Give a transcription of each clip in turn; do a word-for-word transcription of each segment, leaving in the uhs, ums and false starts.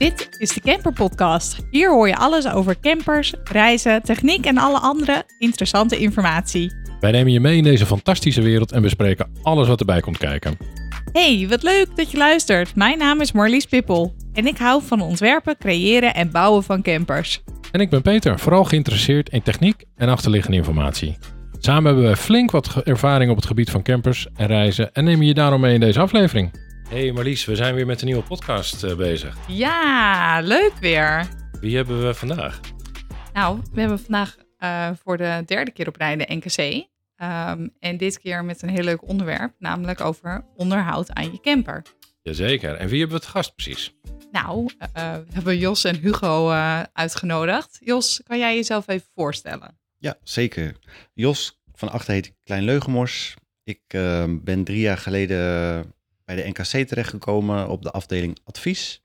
Dit is de Camper Podcast. Hier hoor je alles over campers, reizen, techniek en alle andere interessante informatie. Wij nemen je mee in deze fantastische wereld en bespreken alles wat erbij komt kijken. Hey, wat leuk dat je luistert. Mijn naam is Marlies Pippel en ik hou van ontwerpen, creëren en bouwen van campers. En ik ben Peter, vooral geïnteresseerd in techniek en achterliggende informatie. Samen hebben we flink wat ge- ervaring op het gebied van campers en reizen en nemen je daarom mee in deze aflevering. Hey Marlies, we zijn weer met een nieuwe podcast uh, bezig. Ja, leuk weer. Wie hebben we vandaag? Nou, we hebben vandaag uh, voor de derde keer op rij de N K C. Um, en dit keer met een heel leuk onderwerp, namelijk over onderhoud aan je camper. Jazeker. En wie hebben we het gast precies? Nou, uh, we hebben Jos en Hugo uh, uitgenodigd. Jos, kan jij jezelf even voorstellen? Ja, zeker. Jos, van achter heet ik Klein Leugenmors. Ik uh, ben drie jaar geleden bij de N K C terechtgekomen op de afdeling advies.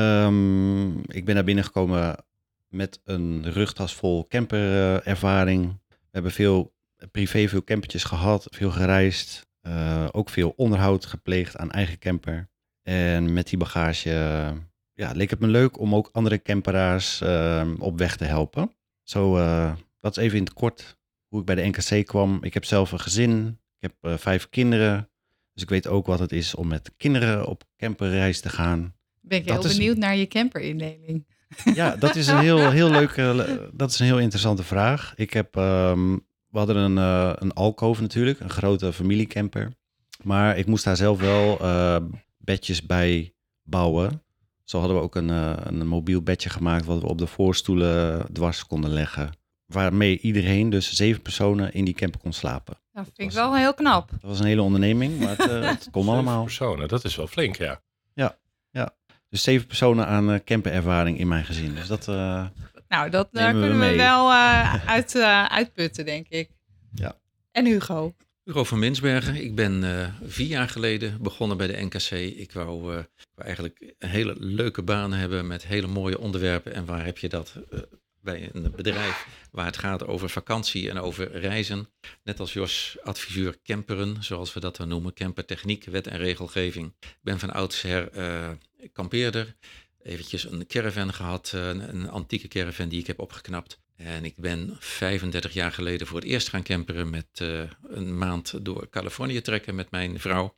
Um, ik ben daar binnengekomen met een rugtas vol camperervaring. We hebben veel privé, veel campertjes gehad, veel gereisd. Uh, ook veel onderhoud gepleegd aan eigen camper. En met die bagage uh, ja, leek het me leuk om ook andere camperaars uh, op weg te helpen. Zo, uh, dat is even in het kort hoe ik bij de N K C kwam. Ik heb zelf een gezin, ik heb uh, vijf kinderen. Dus ik weet ook wat het is om met kinderen op camperreis te gaan. Ben ik heel dat benieuwd is, naar je camperindeling. Ja, dat is een heel, heel leuke, dat is een heel interessante vraag. Ik heb, um, we hadden een, uh, een alcove natuurlijk, een grote familiecamper. Maar ik moest daar zelf wel uh, bedjes bij bouwen. Zo hadden we ook een, uh, een mobiel bedje gemaakt wat we op de voorstoelen dwars konden leggen. Waarmee iedereen, dus zeven personen, in die camper kon slapen. Dat vind ik wel heel knap. Dat was een hele onderneming, maar het, uh, het kon allemaal. Personen, dat is wel flink, ja. Ja, ja. Dus zeven personen aan uh, camperervaring in mijn gezin. Dus dat uh, Nou, dat uh, nemen we kunnen we mee. wel uh, uit, uh, uitputten, denk ik. Ja. En Hugo? Hugo van Minsbergen. Ik ben uh, vier jaar geleden begonnen bij de N K C. Ik wou, uh, wou eigenlijk een hele leuke baan hebben met hele mooie onderwerpen. En waar heb je dat uh, bij een bedrijf waar het gaat over vakantie en over reizen. Net als Jos, adviseur camperen, zoals we dat dan noemen. Campertechniek, wet en regelgeving. Ik ben van oudsher uh, kampeerder. Eventjes een caravan gehad, uh, een antieke caravan die ik heb opgeknapt. En ik ben vijfendertig jaar geleden voor het eerst gaan camperen met uh, een maand door Californië trekken met mijn vrouw.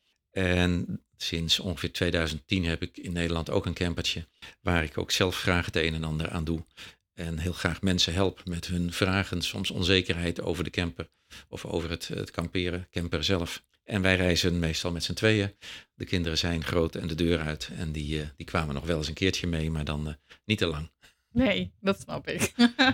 En sinds ongeveer tweeduizend tien heb ik in Nederland ook een campertje waar ik ook zelf graag het een en ander aan doe. En heel graag mensen help met hun vragen, soms onzekerheid over de camper of over het, het kamperen, camper zelf. En wij reizen meestal met z'n tweeën. De kinderen zijn groot en de deur uit en die, uh, die kwamen nog wel eens een keertje mee, maar dan uh, niet te lang. Nee, dat snap ik.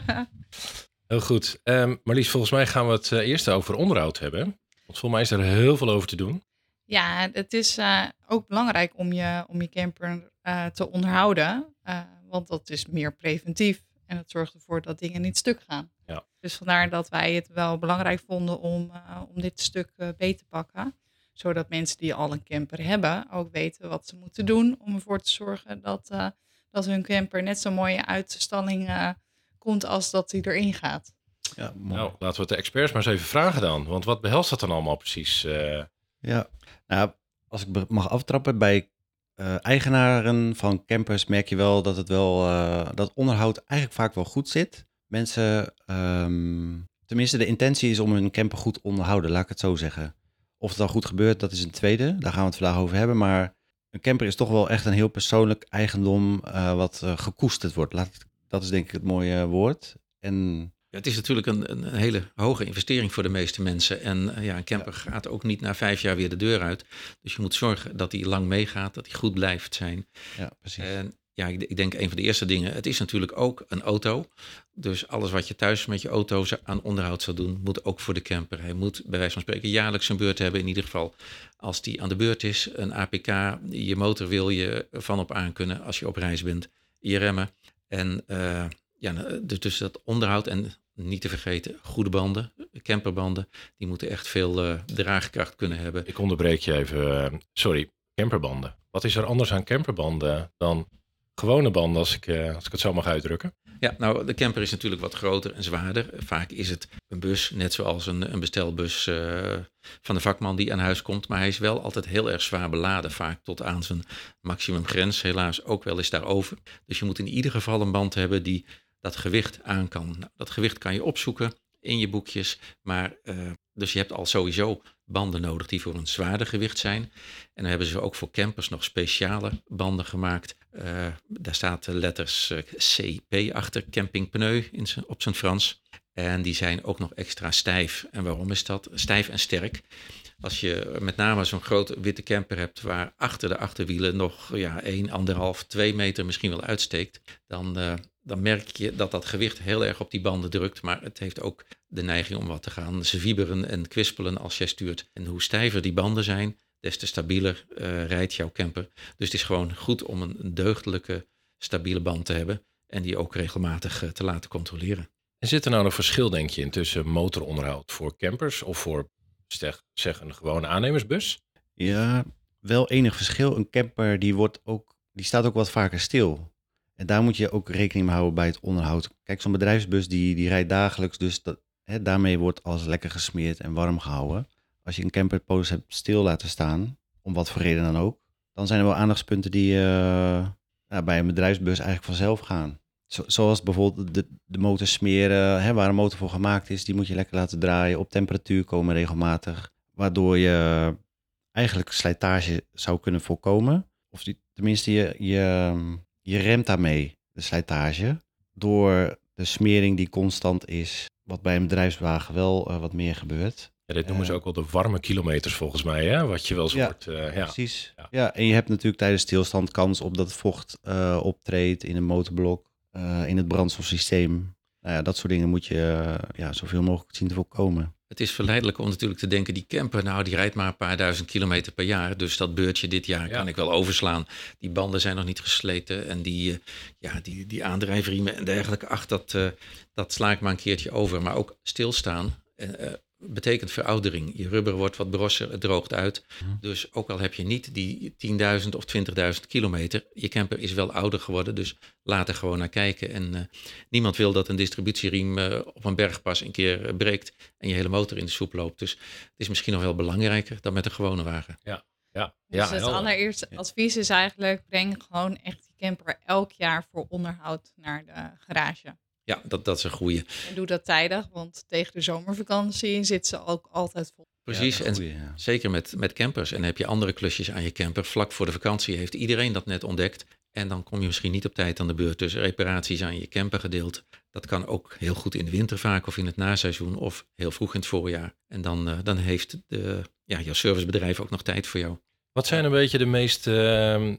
Heel goed. Um, Marlies, volgens mij gaan we het uh, eerst over onderhoud hebben. Want volgens mij is er heel veel over te doen. Ja, het is uh, ook belangrijk om je, om je camper uh, te onderhouden. Uh, want dat is meer preventief. En het zorgt ervoor dat dingen niet stuk gaan. Ja. Dus vandaar dat wij het wel belangrijk vonden om, uh, om dit stuk uh, beter te pakken. Zodat mensen die al een camper hebben ook weten wat ze moeten doen. Om ervoor te zorgen dat, uh, dat hun camper net zo mooi uit de stalling uh, komt als dat hij erin gaat. Ja, mooi. Nou, laten we het de experts maar eens even vragen dan. Want wat behelst dat dan allemaal precies? Uh... Ja, nou, als ik mag aftrappen, bij uh, eigenaren van campers merk je wel dat het wel, uh, dat onderhoud eigenlijk vaak wel goed zit. Mensen, um, tenminste de intentie is om hun camper goed te onderhouden, laat ik het zo zeggen. Of het dan goed gebeurt, dat is een tweede, daar gaan we het vandaag over hebben. Maar een camper is toch wel echt een heel persoonlijk eigendom uh, wat uh, gekoesterd wordt. Laat, dat is denk ik het mooie woord. En ja, het is natuurlijk een, een hele hoge investering voor de meeste mensen. En uh, ja, een camper ja. gaat ook niet na vijf jaar weer de deur uit. Dus je moet zorgen dat hij lang meegaat, dat hij goed blijft zijn. Ja, precies. En ja, ik, ik denk een van de eerste dingen, het is natuurlijk ook een auto. Dus alles wat je thuis met je auto aan onderhoud zou doen, moet ook voor de camper. Hij moet bij wijze van spreken jaarlijks een beurt hebben. In ieder geval als die aan de beurt is. Een A P K, je motor wil je van op aan kunnen als je op reis bent. Je remmen. En uh, ja, dus, dus dat onderhoud en niet te vergeten goede banden, camperbanden. Die moeten echt veel uh, draagkracht kunnen hebben. Ik onderbreek je even. Uh, sorry, camperbanden. Wat is er anders aan camperbanden dan gewone banden, als ik, uh, als ik het zo mag uitdrukken. Ja, nou, de camper is natuurlijk wat groter en zwaarder. Vaak is het een bus, net zoals een, een bestelbus uh, van de vakman die aan huis komt. Maar hij is wel altijd heel erg zwaar beladen, vaak tot aan zijn maximumgrens. Helaas ook wel eens daarover. Dus je moet in ieder geval een band hebben die dat gewicht aan kan. Nou, dat gewicht kan je opzoeken in je boekjes. Maar uh, dus je hebt al sowieso banden nodig die voor een zwaarder gewicht zijn. En dan hebben ze ook voor campers nog speciale banden gemaakt. Uh, daar staat de letters uh, C P achter, campingpneu in zijn, op zijn Frans. En die zijn ook nog extra stijf. En waarom is dat? Stijf en sterk. Als je met name zo'n grote witte camper hebt waar achter de achterwielen nog ja, één, anderhalf, twee meter misschien wel uitsteekt, dan, uh, dan merk je dat dat gewicht heel erg op die banden drukt. Maar het heeft ook de neiging om wat te gaan ze wieberen en kwispelen als jij stuurt. En hoe stijver die banden zijn, des te stabieler uh, rijdt jouw camper. Dus het is gewoon goed om een, een deugdelijke, stabiele band te hebben en die ook regelmatig uh, te laten controleren. En zit er nou een verschil, denk je, tussen motoronderhoud voor campers of voor zeg een gewone aannemersbus? Ja, wel enig verschil. Een camper die wordt ook, die staat ook wat vaker stil. En daar moet je ook rekening mee houden bij het onderhoud. Kijk, zo'n bedrijfsbus die, die rijdt dagelijks, dus dat, hè, daarmee wordt alles lekker gesmeerd en warm gehouden. Als je een camperpoos hebt stil laten staan, om wat voor reden dan ook, dan zijn er wel aandachtspunten die uh, ja, bij een bedrijfsbus eigenlijk vanzelf gaan. Zo, zoals bijvoorbeeld de, de motor smeren, hè, waar een motor voor gemaakt is, die moet je lekker laten draaien, op temperatuur komen regelmatig, waardoor je eigenlijk slijtage zou kunnen voorkomen. Of die, tenminste, je, je, je remt daarmee de slijtage door de smering die constant is, wat bij een bedrijfswagen wel uh, wat meer gebeurt. Ja, dit noemen ze ook wel de warme kilometers volgens mij, hè? Wat je wel eens ja, hoort. Uh, ja, precies. Ja. Ja, en je hebt natuurlijk tijdens stilstand kans op dat vocht uh, optreedt in een motorblok, uh, in het brandstofsysteem. Nou ja, dat soort dingen moet je uh, ja, zoveel mogelijk zien te voorkomen. Het is verleidelijk om natuurlijk te denken, die camper, nou die rijdt maar een paar duizend kilometer per jaar. Dus dat beurtje dit jaar ja. kan ik wel overslaan. Die banden zijn nog niet gesleten en die, uh, ja, die, die aandrijfriemen en dergelijke. Ach, dat, uh, dat sla ik maar een keertje over. Maar ook stilstaan uh, betekent veroudering. Je rubber wordt wat brosser, het droogt uit. Hmm. Dus ook al heb je niet die tienduizend of twintigduizend kilometer, je camper is wel ouder geworden. Dus laat er gewoon naar kijken. En uh, niemand wil dat een distributieriem uh, op een bergpas een keer uh, breekt en je hele motor in de soep loopt. Dus het is misschien nog wel belangrijker dan met een gewone wagen. Ja, ja. Dus ja, het helder. allereerste advies is eigenlijk, breng gewoon echt die camper elk jaar voor onderhoud naar de garage. Ja, dat, dat is een goeie. En doe dat tijdig, want tegen de zomervakantie zit ze ook altijd vol. Precies, ja, en goeie, ja. zeker met, met campers. En dan heb je andere klusjes aan je camper. Vlak voor de vakantie heeft iedereen dat net ontdekt. En dan kom je misschien niet op tijd aan de beurt. Dus reparaties aan je campergedeelte. Dat kan ook heel goed in de winter vaak of in het naseizoen of heel vroeg in het voorjaar. En dan, uh, dan heeft de, ja, jouw servicebedrijf ook nog tijd voor jou. Wat zijn een beetje de meest, uh, uh,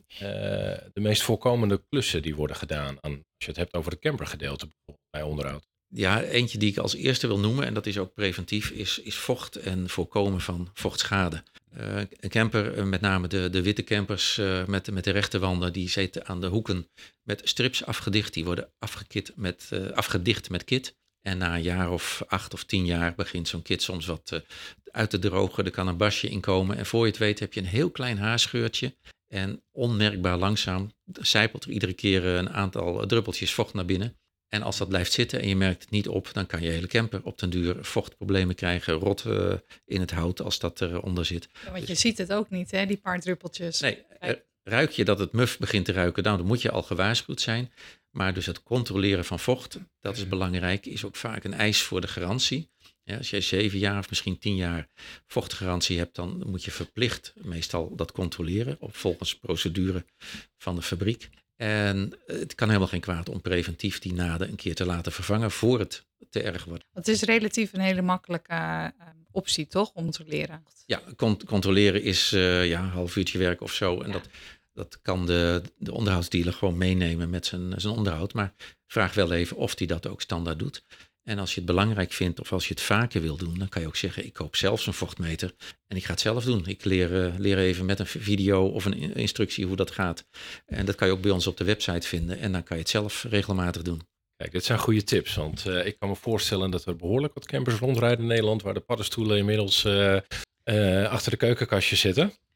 de meest voorkomende klussen die worden gedaan aan, als je het hebt over de campergedeelte bij onderhoud? Ja, eentje die ik als eerste wil noemen, en dat is ook preventief, is, is vocht en voorkomen van vochtschade. Uh, een camper, uh, met name de, de witte campers uh, met, met de rechte wanden, die zitten aan de hoeken met strips afgedicht. Die worden afgekit met, uh, afgedicht met kit. En na een jaar of acht of tien jaar begint zo'n kit soms wat uh, uit te drogen. Er kan een basje in komen. En voor je het weet heb je een heel klein haarscheurtje. En onmerkbaar langzaam sijpelt er iedere keer een aantal druppeltjes vocht naar binnen. En als dat blijft zitten en je merkt het niet op, dan kan je hele camper op den duur vochtproblemen krijgen. Rot uh, in het hout als dat eronder zit. Ja, want je dus, ziet het ook niet, hè, die paar druppeltjes. Nee, ruik je dat het muf begint te ruiken, dan moet je al gewaarschuwd zijn. Maar dus het controleren van vocht, dat is belangrijk, is ook vaak een eis voor de garantie. Ja, als jij zeven jaar of misschien tien jaar vochtgarantie hebt, dan moet je verplicht meestal dat controleren op volgens procedure van de fabriek. En het kan helemaal geen kwaad om preventief die naden een keer te laten vervangen voor het te erg wordt. Het is relatief een hele makkelijke uh, optie, toch, om te leren? Ja, con- controleren is uh, ja, een half uurtje werk of zo. En ja. dat, dat kan de, de onderhoudsdealer gewoon meenemen met zijn, zijn onderhoud. Maar vraag wel even of hij dat ook standaard doet. En als je het belangrijk vindt of als je het vaker wil doen, dan kan je ook zeggen, ik koop zelf zo'n vochtmeter en ik ga het zelf doen. Ik leer, uh, leer even met een video of een instructie hoe dat gaat. En dat kan je ook bij ons op de website vinden en dan kan je het zelf regelmatig doen. Kijk, dit zijn goede tips, want uh, ik kan me voorstellen dat er behoorlijk wat campers rondrijden in Nederland, waar de paddenstoelen inmiddels uh, uh, achter de keukenkastjes zitten.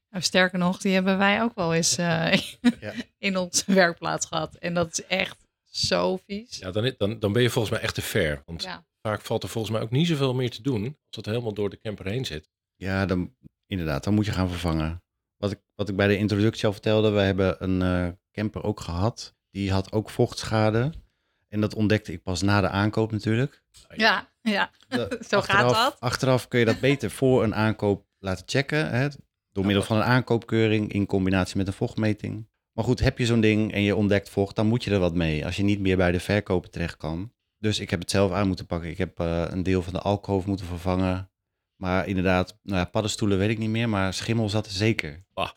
Nou, sterker nog, die hebben wij ook wel eens uh, Ja. in onze werkplaats gehad. En dat is echt zo vies. Ja, dan, dan, dan ben je volgens mij echt te ver. Want Ja. vaak valt er volgens mij ook niet zoveel meer te doen als het helemaal door de camper heen zit. Ja, dan, inderdaad, dan moet je gaan vervangen. Wat ik, wat ik bij de introductie al vertelde, we hebben een uh, camper ook gehad. Die had ook vochtschade. En dat ontdekte ik pas na de aankoop natuurlijk. Ja, ja. De, Zo gaat dat. Achteraf kun je dat beter voor een aankoop laten checken. Hè, door middel van een aankoopkeuring in combinatie met een vochtmeting. Maar goed, heb je zo'n ding en je ontdekt vocht, dan moet je er wat mee. Als je niet meer bij de verkoper terecht kan. Dus ik heb het zelf aan moeten pakken. Ik heb uh, een deel van de alkoof moeten vervangen. Maar inderdaad, nou ja, paddenstoelen weet ik niet meer, maar schimmel zat er zeker. Ah.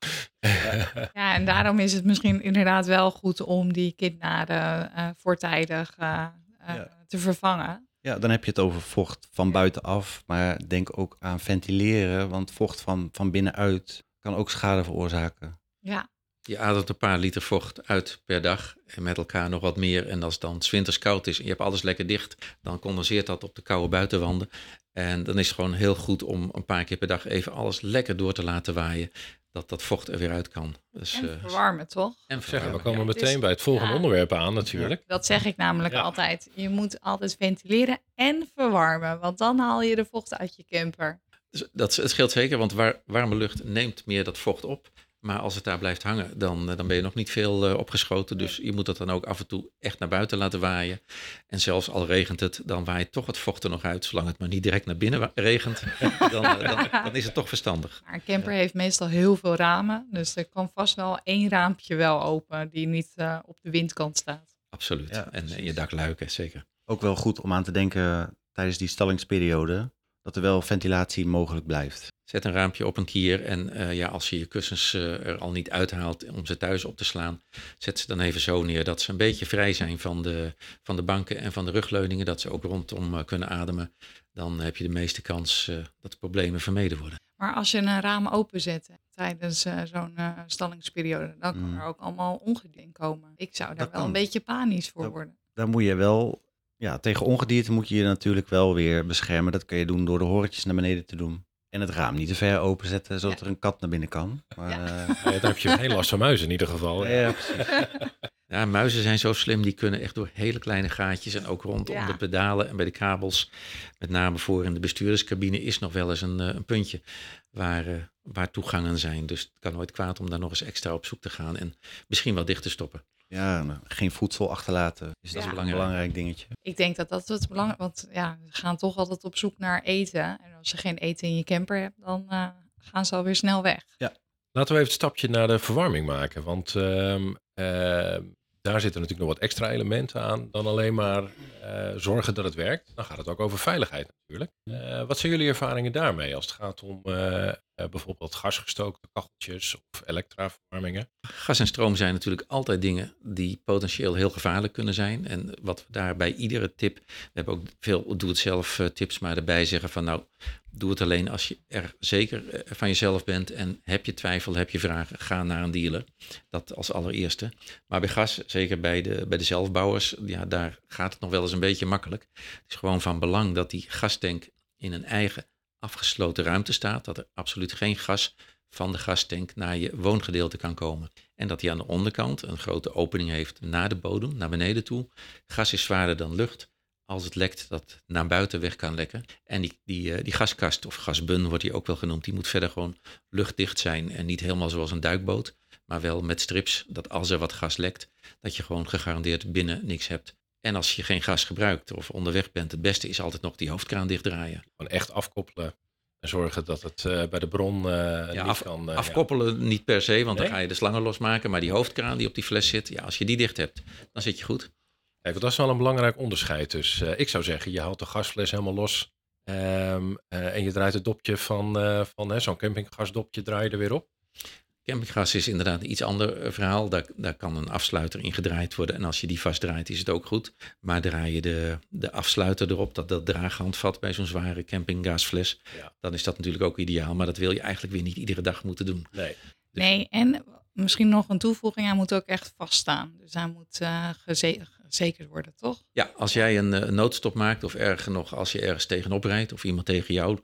Ja, en daarom is het misschien inderdaad wel goed om die kitnaden uh, voortijdig uh, uh, ja. te vervangen. Ja, dan heb je het over vocht van buitenaf, maar denk ook aan ventileren, want vocht van, van binnenuit kan ook schade veroorzaken. Ja. Je ademt een paar liter vocht uit per dag en met elkaar nog wat meer. En als het dan 's winters koud is en je hebt alles lekker dicht, dan condenseert dat op de koude buitenwanden. En dan is het gewoon heel goed om een paar keer per dag even alles lekker door te laten waaien. Dat dat vocht er weer uit kan. Dus, en verwarmen, uh, toch? En verwarmen. We komen ja, meteen dus, bij het volgende ja, onderwerp aan natuurlijk. Dat zeg ik namelijk ja. altijd. Je moet altijd ventileren en verwarmen. Want dan haal je de vocht uit je camper. Dus dat het scheelt zeker, want war, warme lucht neemt meer dat vocht op. Maar als het daar blijft hangen, dan, dan ben je nog niet veel uh, opgeschoten. Dus je moet dat dan ook af en toe echt naar buiten laten waaien. En zelfs al regent het, dan waait toch het vocht er nog uit. Zolang het maar niet direct naar binnen regent, dan, uh, dan, dan is het toch verstandig. Maar een camper heeft meestal heel veel ramen. Dus er kan vast wel één raampje wel open die niet uh, op de windkant staat. Absoluut. Ja, en, en je dakluiken, zeker. Ook wel goed om aan te denken tijdens die stallingsperiode, dat er wel ventilatie mogelijk blijft. Zet een raampje op een kier en uh, ja, als je je kussens uh, er al niet uithaalt om ze thuis op te slaan, zet ze dan even zo neer dat ze een beetje vrij zijn van de, van de banken en van de rugleuningen, dat ze ook rondom uh, kunnen ademen. Dan heb je de meeste kans uh, dat de problemen vermeden worden. Maar als je een raam openzet tijdens uh, zo'n uh, stallingsperiode, dan kan mm. er ook allemaal ongedierte in komen. Ik zou daar dat wel kan. een beetje panisch voor dat, worden. Daar moet je wel, ja, tegen ongedierte moet je je natuurlijk wel weer beschermen. Dat kun je doen door de horretjes naar beneden te doen. En het raam niet te ver openzetten, zodat ja. er een kat naar binnen kan. Maar, ja. Uh, ja, dan heb je geen last van muizen in ieder geval. Ja, ja, precies. Ja, muizen zijn zo slim, die kunnen echt door hele kleine gaatjes en ook rondom ja. de pedalen en bij de kabels, met name voor in de bestuurderscabine, is nog wel eens een, een puntje waar, uh, waar toegangen zijn. Dus het kan nooit kwaad om daar nog eens extra op zoek te gaan en misschien wel dicht te stoppen. Ja, nou, geen voedsel achterlaten is dat ja. een belangrijk. belangrijk dingetje. Ik denk dat dat het belangrijk, want ja, ze gaan toch altijd op zoek naar eten. En als je geen eten in je camper hebt, dan uh, gaan ze alweer snel weg. Ja. Laten we even het stapje naar de verwarming maken, want uh, uh, daar zitten natuurlijk nog wat extra elementen aan dan alleen maar uh, zorgen dat het werkt. Dan gaat het ook over veiligheid natuurlijk. Uh, wat zijn jullie ervaringen daarmee als het gaat om uh, uh, bijvoorbeeld gasgestookte kacheltjes of elektraverwarmingen? Gas en stroom zijn natuurlijk altijd dingen die potentieel heel gevaarlijk kunnen zijn. En wat we daar bij iedere tip, we hebben ook veel doe-het-zelf uh, tips, maar erbij zeggen van nou, doe het alleen als je er zeker van jezelf bent en heb je twijfel, heb je vragen, ga naar een dealer. Dat als allereerste. Maar bij gas, zeker bij de, bij de zelfbouwers, ja, daar gaat het nog wel eens een beetje makkelijk. Het is gewoon van belang dat die gastank in een eigen afgesloten ruimte staat. Dat er absoluut geen gas van de gastank naar je woongedeelte kan komen. En dat die aan de onderkant een grote opening heeft naar de bodem, naar beneden toe. Gas is zwaarder dan lucht. Als het lekt, dat naar buiten weg kan lekken. En die, die, die gaskast, of gasbun wordt die ook wel genoemd, die moet verder gewoon luchtdicht zijn. En niet helemaal zoals een duikboot, maar wel met strips, dat als er wat gas lekt, dat je gewoon gegarandeerd binnen niks hebt. En als je geen gas gebruikt of onderweg bent, het beste is altijd nog die hoofdkraan dichtdraaien. Gewoon echt afkoppelen en zorgen dat het uh, bij de bron uh, ja, niet af, kan... Uh, afkoppelen ja. niet per se, want nee? dan ga je de slangen losmaken. Maar die hoofdkraan die op die fles zit, ja, als je die dicht hebt, dan zit je goed. Kijk, dat is wel een belangrijk onderscheid. Dus uh, ik zou zeggen, je haalt de gasfles helemaal los um, uh, en je draait het dopje van, uh, van uh, zo'n campinggasdopje draai je er weer op. Campinggas is inderdaad een iets ander verhaal. Daar, daar kan een afsluiter in gedraaid worden. En als je die vastdraait, is het ook goed. Maar draai je de, de afsluiter erop, dat dat draaghandvat bij zo'n zware campinggasfles, ja. dan is dat natuurlijk ook ideaal. Maar dat wil je eigenlijk weer niet iedere dag moeten doen. Nee, dus... nee en misschien nog een toevoeging, hij moet ook echt vaststaan. Dus hij moet uh, geze- gezekerd worden, toch? Ja, als jij een, een noodstop maakt of erger nog, als je ergens tegenop rijdt of iemand tegen jou,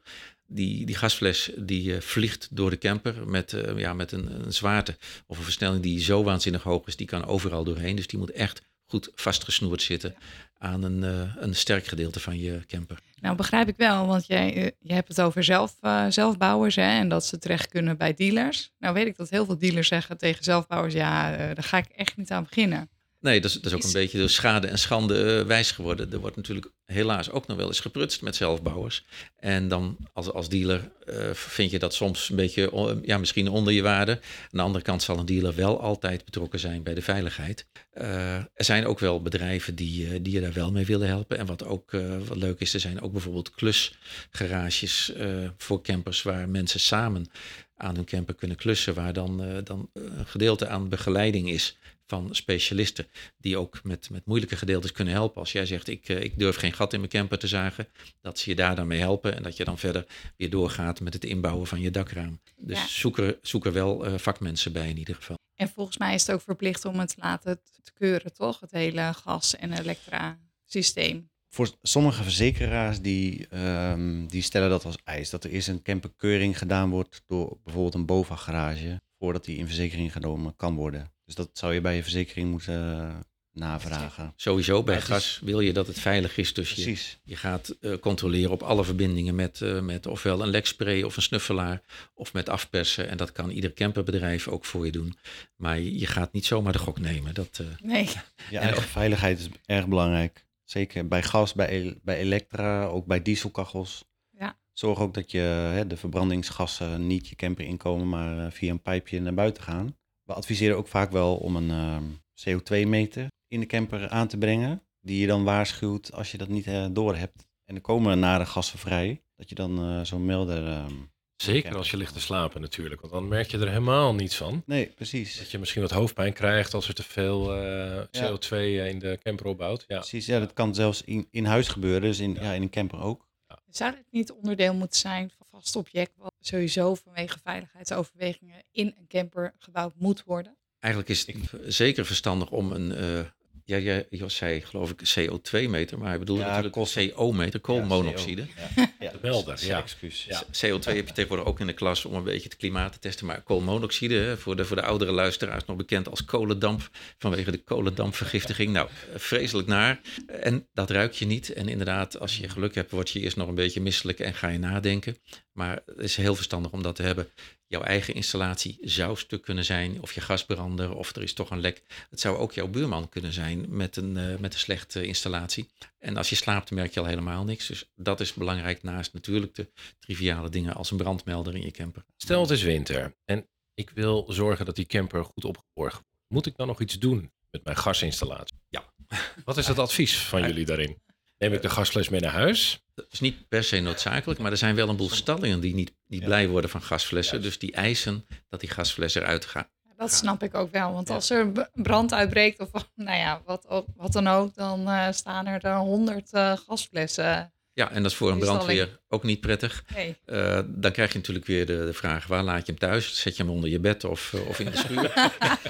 die, die gasfles die uh, vliegt door de camper met, uh, ja, met een, een zwaarte of een versnelling die zo waanzinnig hoog is. Die kan overal doorheen. Dus die moet echt goed vastgesnoerd zitten aan een, uh, een sterk gedeelte van je camper. Nou, begrijp ik wel, want jij, uh, je hebt het over zelf, uh, zelfbouwers hè, en dat ze terecht kunnen bij dealers. Nou weet ik dat heel veel dealers zeggen tegen zelfbouwers, ja, uh, daar ga ik echt niet aan beginnen. Nee, dat is, dat is ook een beetje door schade en schande uh, wijs geworden. Er wordt natuurlijk helaas ook nog wel eens geprutst met zelfbouwers. En dan als, als dealer uh, vind je dat soms een beetje, uh, ja, misschien onder je waarde. Aan de andere kant zal een dealer wel altijd betrokken zijn bij de veiligheid. Uh, er zijn ook wel bedrijven die, uh, die je daar wel mee willen helpen. En wat ook uh, wat leuk is, er zijn ook bijvoorbeeld klusgarages uh, voor campers waar mensen samen aan hun camper kunnen klussen. Waar dan, uh, dan een gedeelte aan begeleiding is van specialisten die ook met, met moeilijke gedeeltes kunnen helpen. Als jij zegt, ik, ik durf geen gat in mijn camper te zagen, dat ze je daar dan mee helpen en dat je dan verder weer doorgaat met het inbouwen van je dakraam. Dus ja. zoek, er, zoek er wel uh, vakmensen bij in ieder geval. En volgens mij is het ook verplicht om het te laten te keuren, toch? Het hele gas- en elektra systeem. Voor sommige verzekeraars die, um, die stellen dat als eis. Dat er eerst een camperkeuring gedaan wordt door bijvoorbeeld een BOVAG-garage, voordat die in verzekering genomen kan worden. Dus dat zou je bij je verzekering moeten uh, navragen. Sowieso bij gas is... wil je dat het veilig is. Dus je, je gaat uh, controleren op alle verbindingen met, uh, met ofwel een lekspray of een snuffelaar of met afpersen. En dat kan ieder camperbedrijf ook voor je doen. Maar je, je gaat niet zomaar de gok nemen. Dat, uh... Nee. Ja, en veiligheid is erg belangrijk. Zeker bij gas, bij, bij elektra, ook bij dieselkachels. Ja. Zorg ook dat je hè, de verbrandingsgassen niet je camper inkomen, maar uh, via een pijpje naar buiten gaan. We adviseren ook vaak wel om een uh, C O twee meter in de camper aan te brengen, die je dan waarschuwt als je dat niet uh, door hebt. En er komen nare gassen vrij, dat je dan uh, zo'n melder... Uh, Zeker als je ligt te slapen natuurlijk, want dan merk je er helemaal niets van. Nee, precies. Dat je misschien wat hoofdpijn krijgt als er te veel uh, C O twee ja. in de camper opbouwt. Ja. Precies, ja, dat kan zelfs in, in huis gebeuren, dus in, ja. Ja, in een camper ook. Ja. Zou dit niet onderdeel moeten zijn van een vast object, wat sowieso vanwege veiligheidsoverwegingen in een camper gebouwd moet worden? Eigenlijk is het zeker verstandig om een... Uh, Ja, jij ja, zei geloof ik C O twee meter, maar hij bedoelde ja, natuurlijk kost... C O-meter, koolmonoxide. Ja, ja, de melder, ja. Excuus. Ja. C O twee heb je tegenwoordig ook in de klas om een beetje het klimaat te testen, maar koolmonoxide, voor de, voor de oudere luisteraars nog bekend als kolendamp, vanwege de kolendampvergiftiging. Nou, vreselijk naar. En dat ruik je niet. En inderdaad, als je geluk hebt, word je eerst nog een beetje misselijk en ga je nadenken. Maar het is heel verstandig om dat te hebben. Jouw eigen installatie zou stuk kunnen zijn, of je gasbrander, of er is toch een lek. Het zou ook jouw buurman kunnen zijn met een, uh, met een slechte installatie. En als je slaapt, merk je al helemaal niks. Dus dat is belangrijk naast natuurlijk de triviale dingen als een brandmelder in je camper. Stel het is winter en ik wil zorgen dat die camper goed opgeborgen wordt. Moet ik dan nog iets doen met mijn gasinstallatie? Ja. Wat is het advies van jullie daarin? Neem ik de gasfles mee naar huis? Dat is niet per se noodzakelijk, maar er zijn wel een boel stallingen die niet, niet ja. blij worden van gasflessen. Ja. Dus die eisen dat die gasfles eruit gaat. Dat snap ik ook wel, want ja. als er brand uitbreekt of nou ja, wat, wat dan ook, dan uh, staan er dan honderd uh, gasflessen. Ja, en dat is voor een brandweer ook niet prettig. Nee. Uh, dan krijg je natuurlijk weer de, de vraag, waar laat je hem thuis? Zet je hem onder je bed of, uh, of in de schuur?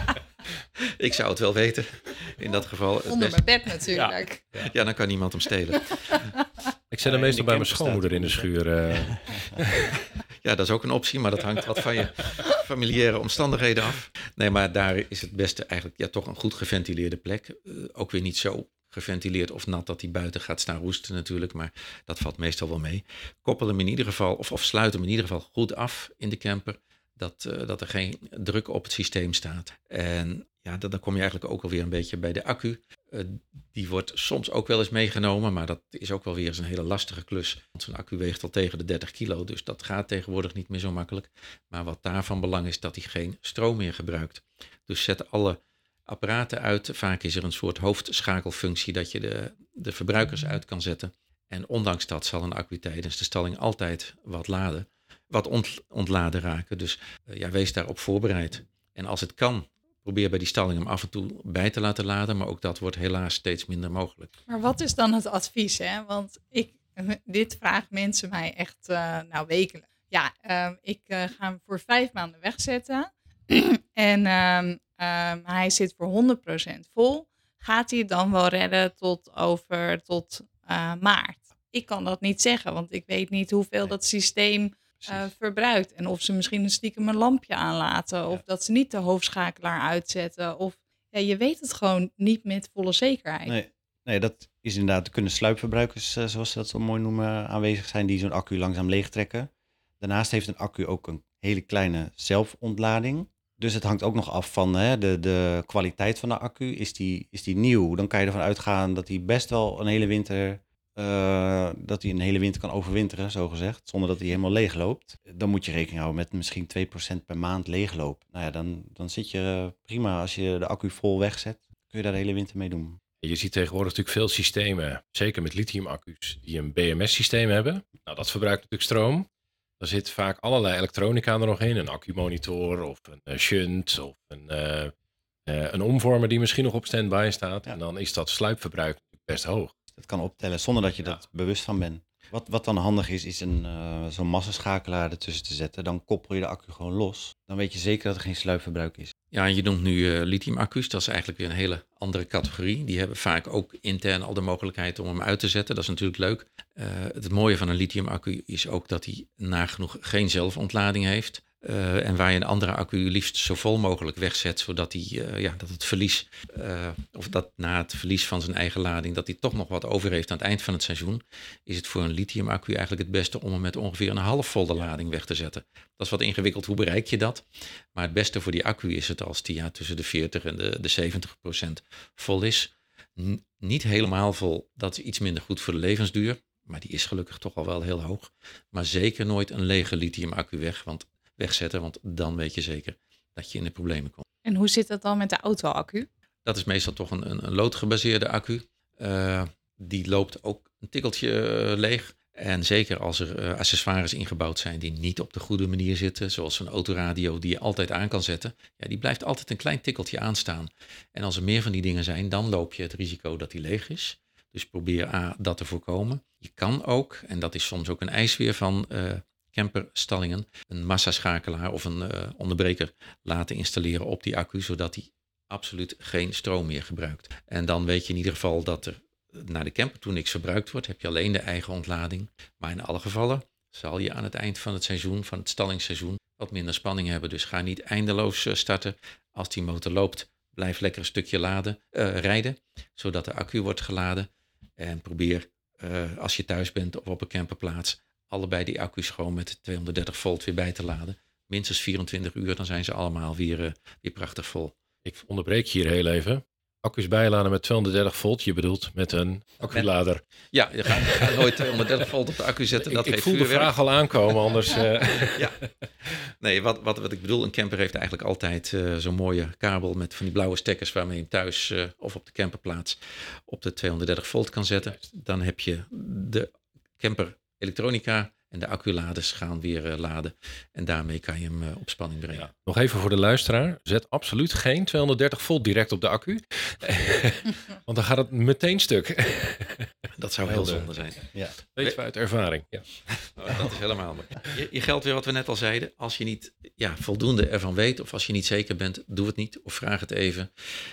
Ik zou het wel weten, in dat geval. Het onder best... mijn bed natuurlijk. Ja. Ja, dan kan niemand hem stelen. Ik zet hem meestal bij mijn schoonmoeder in de schuur. Uh. Ja, dat is ook een optie, maar dat hangt wat van je familiaire omstandigheden af. Nee, maar daar is het beste eigenlijk ja, toch een goed geventileerde plek. Uh, ook weer niet zo geventileerd of nat dat hij buiten gaat staan roesten natuurlijk, maar dat valt meestal wel mee. Koppel hem in ieder geval, of, of sluit hem in ieder geval goed af in de camper, dat, uh, dat er geen druk op het systeem staat. En ja, dan, dan kom je eigenlijk ook alweer een beetje bij de accu. Uh, die wordt soms ook wel eens meegenomen, maar dat is ook wel weer eens een hele lastige klus. Want zo'n accu weegt al tegen de dertig kilo, dus dat gaat tegenwoordig niet meer zo makkelijk. Maar wat daarvan belang is, dat hij geen stroom meer gebruikt. Dus zet alle apparaten uit. Vaak is er een soort hoofdschakelfunctie dat je de, de verbruikers uit kan zetten. En ondanks dat zal een accu tijdens de stalling altijd wat laden, wat ont, ontladen raken. Dus uh, ja, wees daarop voorbereid. En als het kan, probeer bij die stalling hem af en toe bij te laten laden, maar ook dat wordt helaas steeds minder mogelijk. Maar wat is dan het advies? Hè? Want ik, dit vragen mensen mij echt uh, nou wekelijks. Ja, uh, ik uh, ga hem voor vijf maanden wegzetten en um, um, hij zit voor honderd procent vol. Gaat hij het dan wel redden tot over tot uh, maart? ik kan dat niet zeggen, want ik weet niet hoeveel Nee. dat systeem Precies. uh, verbruikt. En of ze misschien een stiekem een lampje aanlaten, Ja. of dat ze niet de hoofdschakelaar uitzetten. Of ja, je weet het gewoon niet met volle zekerheid. Nee, nee, dat is inderdaad, er kunnen sluipverbruikers, uh, zoals ze dat zo mooi noemen, aanwezig zijn, die zo'n accu langzaam leegtrekken. Daarnaast heeft een accu ook een hele kleine zelfontlading. Dus het hangt ook nog af van hè, de, de kwaliteit van de accu. Is die, is die nieuw? Dan kan je ervan uitgaan dat die best wel een hele winter, uh, dat die een hele winter kan overwinteren, zogezegd, zonder dat die helemaal leeg loopt. Dan moet je rekening houden met misschien twee procent per maand leegloop. Nou ja, dan, dan zit je uh, prima als je de accu vol wegzet. Kun je daar de hele winter mee doen. Je ziet tegenwoordig natuurlijk veel systemen, zeker met lithiumaccu's, die een B M S-systeem hebben. Nou, dat verbruikt natuurlijk stroom. Er zit vaak allerlei elektronica er nog in. Een accumonitor of een uh, shunt of een, uh, uh, een omvormer die misschien nog op standby staat. Ja. En dan is dat sluipverbruik best hoog. Dat kan optellen zonder dat je ja. dat bewust van bent. Wat, wat dan handig is, is een, uh, zo'n massaschakelaar ertussen te zetten. Dan koppel je de accu gewoon los. Dan weet je zeker dat er geen sluipverbruik is. Ja, je noemt nu uh, lithiumaccu's. Dat is eigenlijk weer een hele andere categorie. Die hebben vaak ook intern al de mogelijkheid om hem uit te zetten. Dat is natuurlijk leuk. Uh, het mooie van een lithiumaccu is ook dat hij nagenoeg geen zelfontlading heeft. Uh, en waar je een andere accu liefst zo vol mogelijk wegzet, zodat hij, uh, ja, dat het verlies, uh, of dat na het verlies van zijn eigen lading, dat hij toch nog wat over heeft aan het eind van het seizoen, is het voor een lithiumaccu eigenlijk het beste om hem met ongeveer een halfvolle lading weg te zetten. Dat is wat ingewikkeld, hoe bereik je dat? Maar het beste voor die accu is het als die ja, tussen de veertig en de, de zeventig procent vol is. N- niet helemaal vol, dat is iets minder goed voor de levensduur, maar die is gelukkig toch al wel heel hoog. Maar zeker nooit een lege lithiumaccu weg, want wegzetten, want dan weet je zeker dat je in de problemen komt. En hoe zit dat dan met de auto-accu? Dat is meestal toch een, een, een loodgebaseerde accu. Uh, die loopt ook een tikkeltje uh, leeg. En zeker als er uh, accessoires ingebouwd zijn die niet op de goede manier zitten, zoals een autoradio die je altijd aan kan zetten, ja, die blijft altijd een klein tikkeltje aanstaan. En als er meer van die dingen zijn, dan loop je het risico dat die leeg is. Dus probeer A, dat te voorkomen. Je kan ook, en dat is soms ook een eis weer van uh, camperstallingen, een massaschakelaar of een uh, onderbreker laten installeren op die accu, zodat die absoluut geen stroom meer gebruikt. En dan weet je in ieder geval dat er naar de camper toe niks verbruikt wordt, heb je alleen de eigen ontlading. Maar in alle gevallen zal je aan het eind van het seizoen, van het stallingsseizoen, wat minder spanning hebben. Dus ga niet eindeloos starten. Als die motor loopt, blijf lekker een stukje laden, uh, rijden, zodat de accu wordt geladen. En probeer, uh, als je thuis bent of op een camperplaats, allebei die accu's gewoon met tweehonderddertig volt weer bij te laden. Minstens vierentwintig uur, dan zijn ze allemaal weer, uh, weer prachtig vol. Ik onderbreek je hier heel even. Accu's bijladen met tweehonderddertig volt, je bedoelt met een acculader. Met, ja, je gaat, je gaat nooit tweehonderddertig volt op de accu zetten. Dat ik geeft ik voel vuurwerk. de vraag al aankomen, anders... Uh... ja. Nee, wat, wat, wat ik bedoel, een camper heeft eigenlijk altijd uh, zo'n mooie kabel met van die blauwe stekkers waarmee je hem thuis uh, of op de camperplaats op de tweehonderddertig volt kan zetten. Dan heb je de camper elektronica en de acculaders gaan weer uh, laden. En daarmee kan je hem uh, op spanning brengen. Ja. Nog even voor de luisteraar. Zet absoluut geen tweehonderddertig volt direct op de accu. Want dan gaat het meteen stuk. Dat zou heel zonde zijn. Ja. Weten we uit ervaring. Ja. Oh, dat is helemaal mooi. Je, je geldt weer wat we net al zeiden. Als je niet ja, voldoende ervan weet of als je niet zeker bent, doe het niet of vraag het even.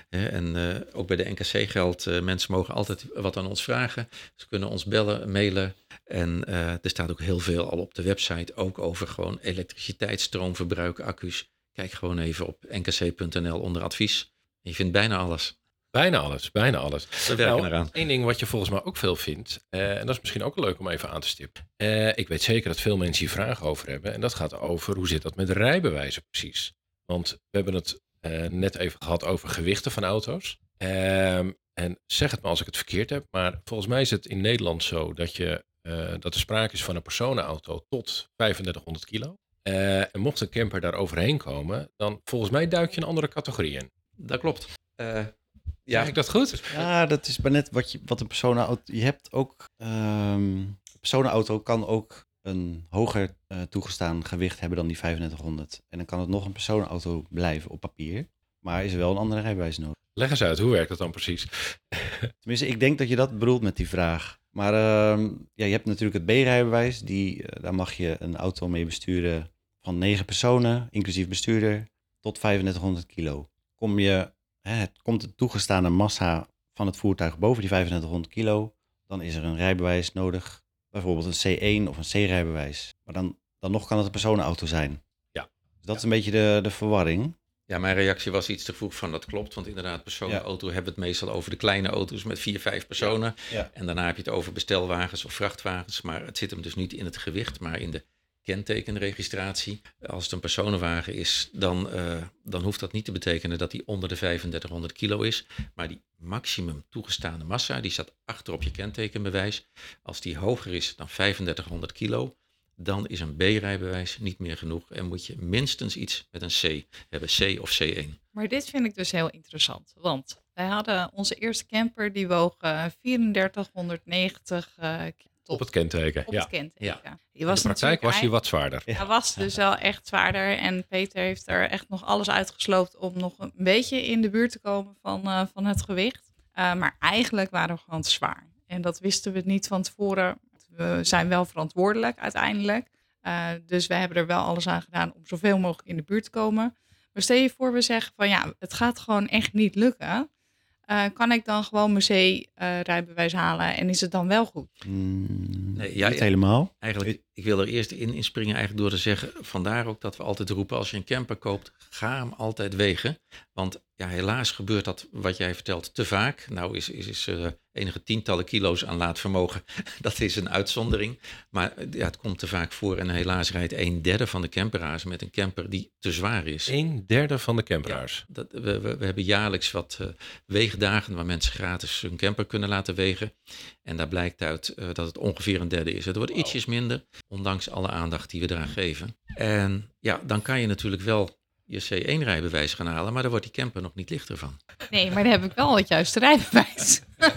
En uh, ook bij de N K C geldt, uh, mensen mogen altijd wat aan ons vragen. Ze kunnen ons bellen, mailen. En uh, er staat ook heel veel al op de website, ook over gewoon elektriciteit, stroomverbruik, accu's. Kijk gewoon even op n k c punt n l onder advies. Je vindt bijna alles. Bijna alles, bijna alles. We werken nou, eraan. Eén ding wat je volgens mij ook veel vindt, uh, en dat is misschien ook leuk om even aan te stippen. Uh, ik weet zeker dat veel mensen hier vragen over hebben. En dat gaat over, hoe zit dat met rijbewijzen precies? Want we hebben het uh, net even gehad over gewichten van auto's. Uh, en zeg het me als ik het verkeerd heb, maar volgens mij is het in Nederland zo dat, je, uh, dat er sprake is van een personenauto tot vijfendertighonderd kilo. Uh, en mocht een camper daar overheen komen, dan volgens mij duik je een andere categorie in. Dat klopt. Uh, Ja, zeg ik dat goed? Ja, dat is maar net wat, je, wat een personenauto... Je hebt ook... Um, een personenauto kan ook een hoger uh, toegestaan gewicht hebben dan die vijfendertighonderd. En dan kan het nog een personenauto blijven op papier. Maar is er wel een andere rijbewijs nodig. Leg eens uit, hoe werkt dat dan precies? Tenminste, ik denk dat je dat bedoelt met die vraag. Maar uh, ja, je hebt natuurlijk het B-rijbewijs. Die, uh, daar mag je een auto mee besturen van negen personen, inclusief bestuurder, tot vijfendertighonderd kilo. Kom je... Het komt de toegestane massa van het voertuig boven die vijfendertighonderd kilo, dan is er een rijbewijs nodig bijvoorbeeld een C één of een C-rijbewijs. Maar dan, dan nog kan het een personenauto zijn. Ja. Dus dat is een beetje de, de verwarring. Ja, mijn reactie was iets te vroeg van dat klopt. Want inderdaad, personenauto hebben we het meestal over de kleine auto's met vier, vijf personen. Ja. Ja. En daarna heb je het over bestelwagens of vrachtwagens. Maar het zit hem dus niet in het gewicht, maar in de kentekenregistratie. Als het een personenwagen is, dan, uh, dan hoeft dat niet te betekenen dat die onder de vijfendertighonderd kilo is. Maar die maximum toegestane massa, die staat achter op je kentekenbewijs. Als die hoger is dan vijfendertighonderd kilo, dan is een B-rijbewijs niet meer genoeg en moet je minstens iets met een C hebben, C of C één. Maar dit vind ik dus heel interessant, want wij hadden onze eerste camper, die woog uh, vierendertighonderdnegentig uh, Op het kenteken, op ja. het kenteken. Ja. Die was In de praktijk was hij wat zwaarder. Ja. Hij was dus wel echt zwaarder en Peter heeft er echt nog alles uitgesloopt om nog een beetje in de buurt te komen van, uh, van het gewicht. Uh, maar eigenlijk waren we gewoon te zwaar. En dat wisten we niet van tevoren. We zijn wel verantwoordelijk uiteindelijk. Uh, dus we hebben er wel alles aan gedaan om zoveel mogelijk in de buurt te komen. Maar stel je voor, we zeggen van ja, het gaat gewoon echt niet lukken. Uh, kan ik dan gewoon mijn C-rijbewijs uh, halen en is het dan wel goed? Mm, Nee, ja, niet helemaal. Eigenlijk, ik wil er eerst in inspringen eigenlijk door te zeggen, vandaar ook dat we altijd roepen, als je een camper koopt, ga hem altijd wegen. Want ja, helaas gebeurt dat, wat jij vertelt, te vaak. Nou is, is, is uh, enige tientallen kilo's aan laadvermogen, dat is een uitzondering. Maar ja, het komt te vaak voor en helaas rijdt een derde van de camperaars met een camper die te zwaar is. Een derde van de camperaars. Ja, dat, we, we, we hebben jaarlijks wat uh, weegdagen waar mensen gratis hun camper kunnen laten wegen. En daar blijkt uit uh, dat het ongeveer een derde is. Het wordt wow. ietsjes minder, ondanks alle aandacht die we eraan geven. En ja, dan kan je natuurlijk wel je C één rijbewijs gaan halen, maar daar wordt die camper nog niet lichter van. Nee, maar dan heb ik wel het juiste rijbewijs.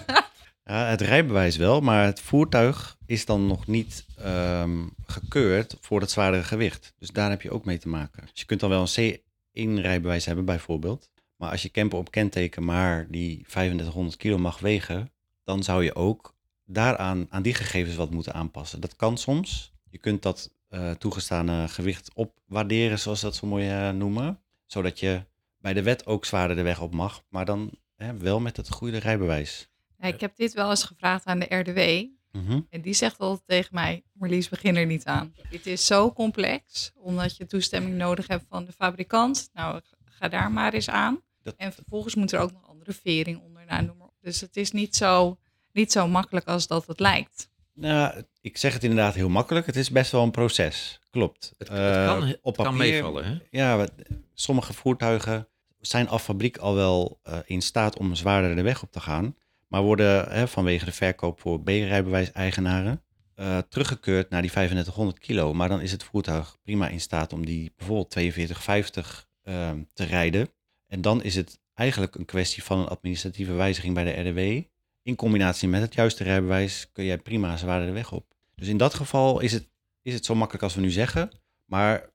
Ja, het rijbewijs wel, maar het voertuig is dan nog niet um, gekeurd voor het zwaardere gewicht. Dus daar heb je ook mee te maken. Dus je kunt dan wel een C één rijbewijs hebben bijvoorbeeld. Maar als je camper op kenteken maar die vijfendertighonderd kilo mag wegen, dan zou je ook daaraan aan die gegevens wat moeten aanpassen. Dat kan soms. Je kunt dat uh, toegestane gewicht opwaarderen, zoals dat zo mooi uh, noemen. Zodat je bij de wet ook zwaarder de weg op mag, maar dan hè, wel met het goede rijbewijs. Ja, ik heb dit wel eens gevraagd aan de R D W. Mm-hmm. En die zegt altijd tegen mij, Marlies, begin er niet aan. Dit is zo complex, omdat je toestemming nodig hebt van de fabrikant. Nou, ga daar maar eens aan. Dat... En vervolgens moet er ook nog andere vering onder. Nou, noem maar op. Dus het is niet zo, niet zo makkelijk als dat het lijkt. Nou, ik zeg het inderdaad heel makkelijk. Het is best wel een proces. Klopt. Het, het kan, uh, op papier, kan meevallen, hè? Ja, sommige voertuigen zijn af fabriek al wel uh, in staat om zwaarder de weg op te gaan. Maar worden hè, vanwege de verkoop voor B-rijbewijs-eigenaren uh, teruggekeurd naar die vijfendertighonderd kilo. Maar dan is het voertuig prima in staat om die bijvoorbeeld tweeënveertig vijftig uh, te rijden. En dan is het eigenlijk een kwestie van een administratieve wijziging bij de R D W. In combinatie met het juiste rijbewijs kun jij prima zwaarder de weg op. Dus in dat geval is het, is het zo makkelijk als we nu zeggen. Maar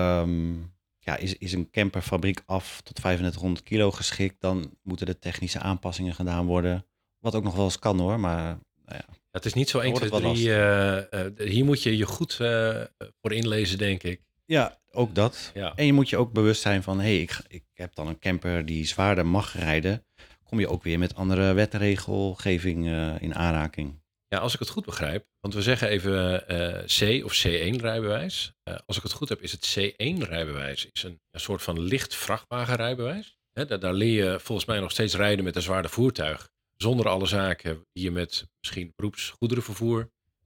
um, ja, is, is een camperfabriek af tot vijfendertighonderd kilo geschikt, dan moeten er technische aanpassingen gedaan worden. Wat ook nog wel eens kan hoor, maar nou ja. Het is niet zo één, twee, drie. Uh, uh, hier moet je je goed uh, voor inlezen, denk ik. Ja, ook dat. Ja. En je moet je ook bewust zijn van, hé, hey, ik, ik heb dan een camper die zwaarder mag rijden. Kom je ook weer met andere wetregelgeving uh, in aanraking. Ja, als ik het goed begrijp, want we zeggen even uh, C of C één rijbewijs. Uh, als ik het goed heb, is het C één rijbewijs is een, een soort van licht vrachtwagenrijbewijs. Hè, daar, daar leer je volgens mij nog steeds rijden met een zwaarder voertuig. Zonder alle zaken die je met misschien beroepsgoederenvervoer uh,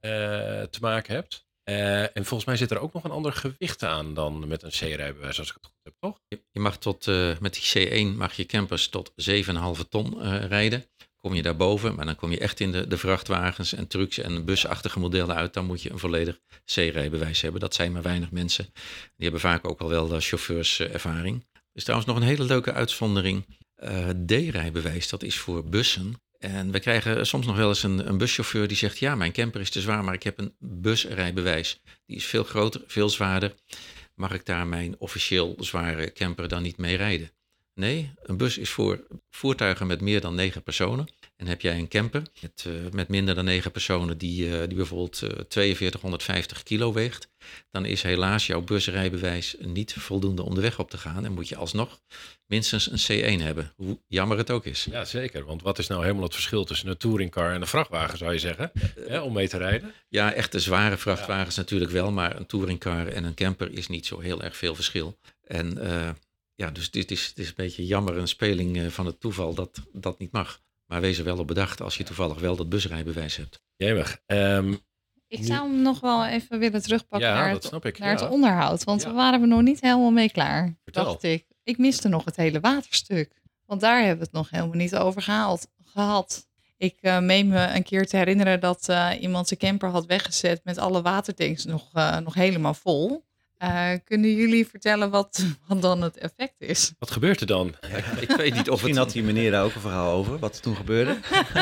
te maken hebt. Uh, en volgens mij zit er ook nog een ander gewicht aan dan met een C-rijbewijs, als ik het goed heb, toch? Je, je mag tot, uh, met die C één mag je campers tot zeven komma vijf ton uh, rijden. Kom je daarboven, maar dan kom je echt in de, de vrachtwagens en trucks en busachtige modellen uit. Dan moet je een volledig C-rijbewijs hebben. Dat zijn maar weinig mensen. Die hebben vaak ook al wel de chauffeurservaring. Er is trouwens nog een hele leuke uitzondering. Uh, D-rijbewijs, dat is voor bussen. En we krijgen soms nog wel eens een, een buschauffeur die zegt, ja, mijn camper is te zwaar, maar ik heb een busrijbewijs. Die is veel groter, veel zwaarder. Mag ik daar mijn officieel zware camper dan niet mee rijden? Nee, een bus is voor voertuigen met meer dan negen personen. En heb jij een camper met, uh, met minder dan negen personen die, uh, die bijvoorbeeld uh, tweeënveertighonderdvijftig kilo weegt, dan is helaas jouw busrijbewijs niet voldoende om de weg op te gaan en moet je alsnog minstens een C één hebben, hoe jammer het ook is. Ja, zeker. Want wat is nou helemaal het verschil tussen een touringcar en een vrachtwagen, zou je zeggen, uh, hè, om mee te rijden? Ja, echte zware vrachtwagens ja. natuurlijk wel, maar een touringcar en een camper is niet zo heel erg veel verschil. En uh, ja, dus dit is, dit is een beetje jammer, een speling uh, van het toeval dat dat niet mag. Maar wees er wel op bedacht als je toevallig wel dat busrijbewijs hebt. Jemig. Um, ik zou hem nog wel even willen terugpakken ja, naar, dat het, snap ik. naar Ja. het onderhoud. Want Ja. we waren er nog niet helemaal mee klaar, Vertel. dacht ik. Ik miste nog het hele waterstuk. Want daar hebben we het nog helemaal niet over gehaald, gehad. Ik uh, meen me een keer te herinneren dat uh, iemand zijn camper had weggezet met alle watertanks nog, uh, nog helemaal vol. Uh, kunnen jullie vertellen wat, wat dan het effect is? Wat gebeurt er dan? Ik weet niet of Misschien het... had die meneer daar ook een verhaal over, wat er toen gebeurde.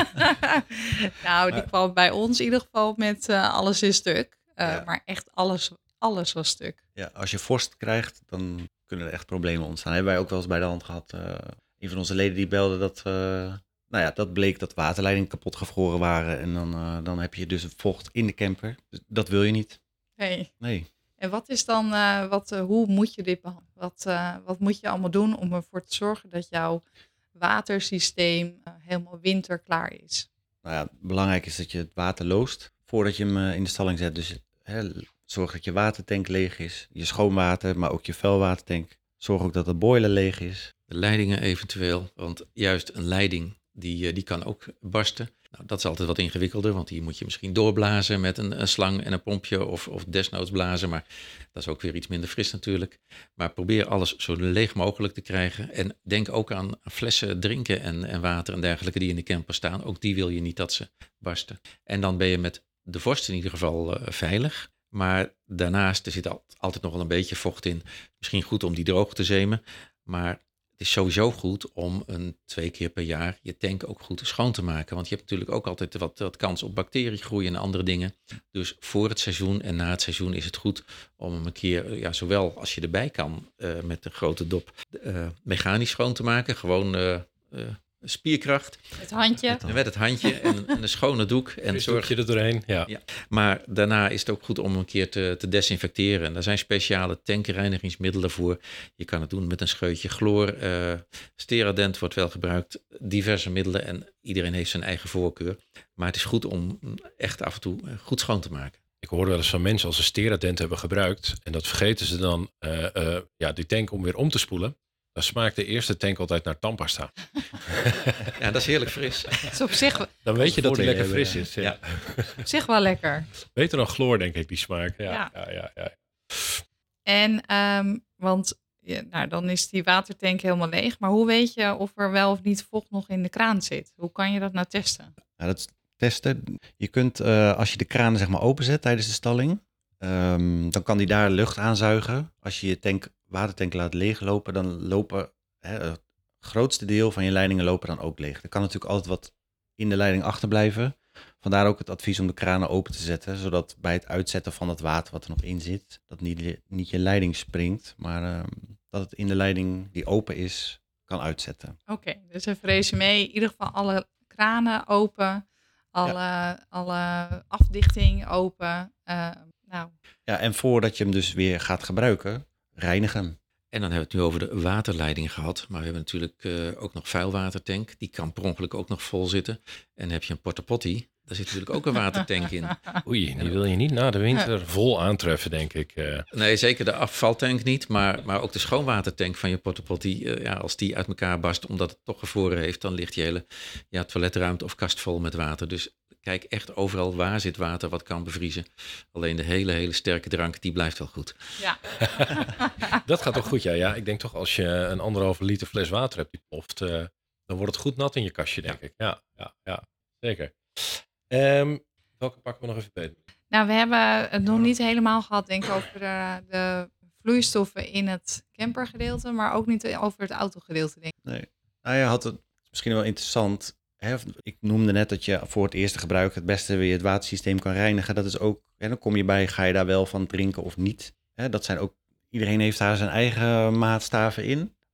nou, die kwam bij ons in ieder geval met uh, alles is stuk. Uh, Ja. Maar echt alles, alles was stuk. Ja, als je vorst krijgt, dan kunnen er echt problemen ontstaan. Hebben wij ook wel eens bij de hand gehad. Uh, een van onze leden die belde dat, uh, nou ja, dat bleek dat waterleidingen kapot gevroren waren. En dan, uh, dan heb je dus vocht in de camper. Dus dat wil je niet. Nee. Nee. En wat is dan, uh, wat, uh, hoe moet je dit behandelen? Wat, uh, wat moet je allemaal doen om ervoor te zorgen dat jouw watersysteem uh, helemaal winterklaar is? Nou ja, belangrijk is dat je het water loost voordat je hem uh, in de stalling zet. Dus hè, zorg dat je watertank leeg is. Je schoonwater, maar ook je vuilwatertank. Zorg ook dat de boiler leeg is. De leidingen eventueel, want juist een leiding die, die kan ook barsten. Nou, dat is altijd wat ingewikkelder, want die moet je misschien doorblazen met een, een slang en een pompje of, of desnoods blazen. Maar dat is ook weer iets minder fris natuurlijk. Maar probeer alles zo leeg mogelijk te krijgen. En denk ook aan flessen drinken en, en water en dergelijke die in de camper staan. Ook die wil je niet dat ze barsten. En dan ben je met de vorst in ieder geval uh, veilig. Maar daarnaast, er zit altijd nog wel een beetje vocht in. Misschien goed om die droog te zemen. Maar het is sowieso goed om een twee keer per jaar je tank ook goed schoon te maken. Want je hebt natuurlijk ook altijd wat, wat kans op bacteriegroei en andere dingen. Dus voor het seizoen en na het seizoen is het goed om hem een keer, ja, zowel als je erbij kan uh, met de grote dop, uh, mechanisch schoon te maken. Gewoon uh, uh, spierkracht. Het handje. En met het handje en, en een schone doek. En zorg je er doorheen. Ja. Ja. Maar daarna is het ook goed om een keer te, te desinfecteren. En daar zijn speciale tankreinigingsmiddelen voor. Je kan het doen met een scheutje chloor. Uh, Steradent wordt wel gebruikt. Diverse middelen en iedereen heeft zijn eigen voorkeur. Maar het is goed om echt af en toe goed schoon te maken. Ik hoor wel eens van mensen als ze Steradent hebben gebruikt. En dat vergeten ze dan, uh, uh, ja, die tank om weer om te spoelen. Dan smaakt de eerste tank altijd naar tandpasta. Ja, dat is heerlijk fris. Dat is op zich, Dan weet je dat hij lekker voordelen fris is. Ja. Ja. op zich wel lekker. Beter dan chloor, denk ik, die smaak. Ja, Ja. ja, ja, ja. En, um, want ja, nou, dan is die watertank helemaal leeg. Maar hoe weet je of er wel of niet vocht nog in de kraan zit? Hoe kan je dat nou testen? Nou, dat is testen. Je kunt, uh, als je de kraan zeg maar openzet tijdens de stalling, um, dan kan die daar lucht aanzuigen. Als je je tank, watertank laat leeglopen, dan lopen hè, het grootste deel van je leidingen lopen dan ook leeg. Er kan natuurlijk altijd wat in de leiding achterblijven. Vandaar ook het advies om de kranen open te zetten, zodat bij het uitzetten van het water wat er nog in zit, dat niet, niet je leiding springt, maar um, dat het in de leiding die open is, kan uitzetten. Oké, okay, dus even resume. In ieder geval alle kranen open, alle, ja. alle afdichting open. Uh, nou. Ja, en voordat je hem dus weer gaat gebruiken, reinig hem. En dan hebben we het nu over de waterleiding gehad. Maar we hebben natuurlijk uh, ook nog vuilwatertank. Die kan per ongeluk ook nog vol zitten. En dan heb je een porta-potty. Daar zit natuurlijk ook een watertank in. Oei, die wil je niet na de winter vol aantreffen, denk ik. Uh. Nee, zeker de afvaltank niet. Maar, maar ook de schoonwatertank van je porta-potty. Uh, ja, als die uit elkaar barst omdat het toch gevroren heeft, dan ligt je hele ja, toiletruimte of kast vol met water. Dus kijk echt overal waar zit water wat kan bevriezen. Alleen de hele, hele sterke drank, die blijft wel goed. Ja. Dat gaat toch goed, ja. ja. Ik denk toch als je een anderhalve liter fles water hebt die ploft, uh, dan wordt het goed nat in je kastje, denk ja. ik. Ja, ja, ja, zeker. Um, welke pakken we nog even beter? Nou, we hebben het nog niet helemaal gehad, denk ik, over de, de vloeistoffen in het campergedeelte, maar ook niet over het autogedeelte, denk ik. Nee. Nou, je had het misschien wel interessant. Hè? Ik noemde net dat je voor het eerste gebruik het beste weer het watersysteem kan reinigen. Dat is ook, hè, dan kom je bij, ga je daar wel van drinken of niet? Hè? Dat zijn ook, iedereen heeft daar zijn eigen maatstaven in.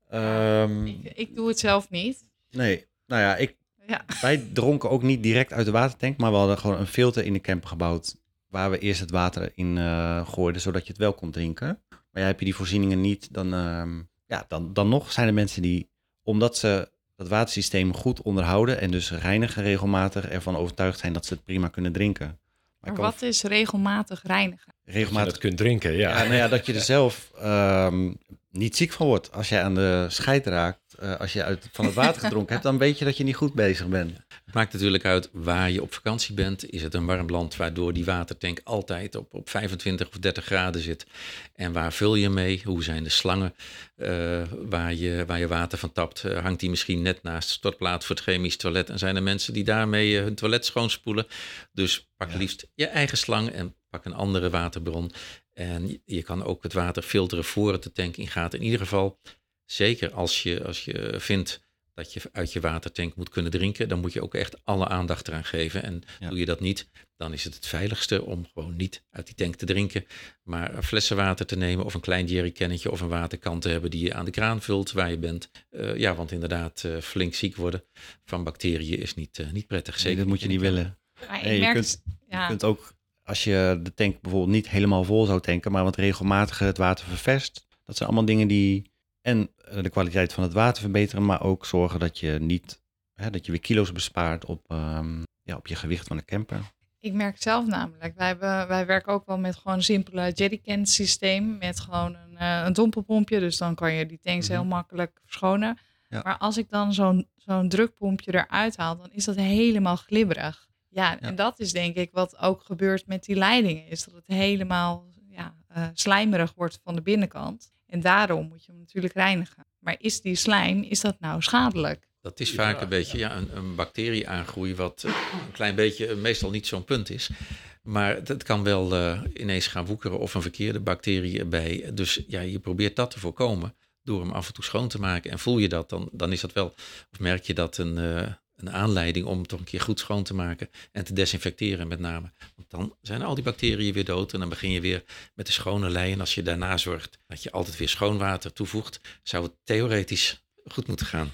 Ehm, Ik, ik doe het zelf niet. nee, nou ja, ik, Ja. wij dronken ook niet direct uit de watertank, maar we hadden gewoon een filter in de camper gebouwd waar we eerst het water in uh, gooiden, zodat je het wel kon drinken. Maar ja, heb je die voorzieningen niet, dan, uh, ja, dan, dan nog zijn er mensen die, omdat ze dat watersysteem goed onderhouden en dus reinigen regelmatig, ervan overtuigd zijn dat ze het prima kunnen drinken. Maar wat is regelmatig reinigen? Regelmatig dat je dat kunt drinken, ja. Ja, nou ja, dat je er zelf um, niet ziek van wordt. Als je aan de scheid raakt, uh, als je uit, van het water gedronken hebt, dan weet je dat je niet goed bezig bent. Het maakt natuurlijk uit waar je op vakantie bent. Is het een warm land waardoor die watertank altijd op, op vijfentwintig of dertig graden zit? En waar vul je mee? Hoe zijn de slangen uh, waar, je, waar je water van tapt? Uh, hangt die misschien net naast de stortplaat voor het chemisch toilet? En zijn er mensen die daarmee uh, hun toilet schoonspoelen? Dus pak ja. liefst je eigen slang en pak een andere waterbron. En je kan ook het water filteren voor het de tank ingaat. In ieder geval, zeker als je, als je vindt dat je uit je watertank moet kunnen drinken, dan moet je ook echt alle aandacht eraan geven. En ja. doe je dat niet, dan is het het veiligste om gewoon niet uit die tank te drinken, maar flessen water te nemen of een klein jerrycannetje of een waterkan te hebben die je aan de kraan vult waar je bent. Uh, ja, want inderdaad, uh, flink ziek worden van bacteriën is niet, uh, niet prettig. Zeker nee, dat moet je niet willen. Nee, je, kunt, ja. je kunt ook, als je de tank bijvoorbeeld niet helemaal vol zou tanken, maar wat regelmatig het water ververst, dat zijn allemaal dingen die en de kwaliteit van het water verbeteren, maar ook zorgen dat je niet, hè, dat je weer kilo's bespaart op, um, ja, op je gewicht van de camper. Ik merk zelf namelijk, wij, hebben, wij werken ook wel met gewoon een simpele jerrycan systeem, met gewoon een, uh, een dompelpompje, dus dan kan je die tanks mm-hmm. heel makkelijk verschonen. Ja. Maar als ik dan zo'n, zo'n drukpompje eruit haal, dan is dat helemaal glibberig. Ja, ja, en dat is denk ik wat ook gebeurt met die leidingen, is dat het helemaal ja, uh, slijmerig wordt van de binnenkant. En daarom moet je hem natuurlijk reinigen. Maar is die slijm, is dat nou schadelijk? Dat is vaak een beetje ja, een, een bacterie-aangroei, wat een klein beetje meestal niet zo'n punt is. Maar dat kan wel uh, ineens gaan woekeren of een verkeerde bacterie erbij. Dus ja, je probeert dat te voorkomen door hem af en toe schoon te maken. En voel je dat, dan, dan is dat wel, of merk je dat een... Uh, een aanleiding om toch een keer goed schoon te maken en te desinfecteren met name. Want dan zijn al die bacteriën weer dood en dan begin je weer met de schone lei. En als je daarna zorgt dat je altijd weer schoon water toevoegt, zou het theoretisch goed moeten gaan.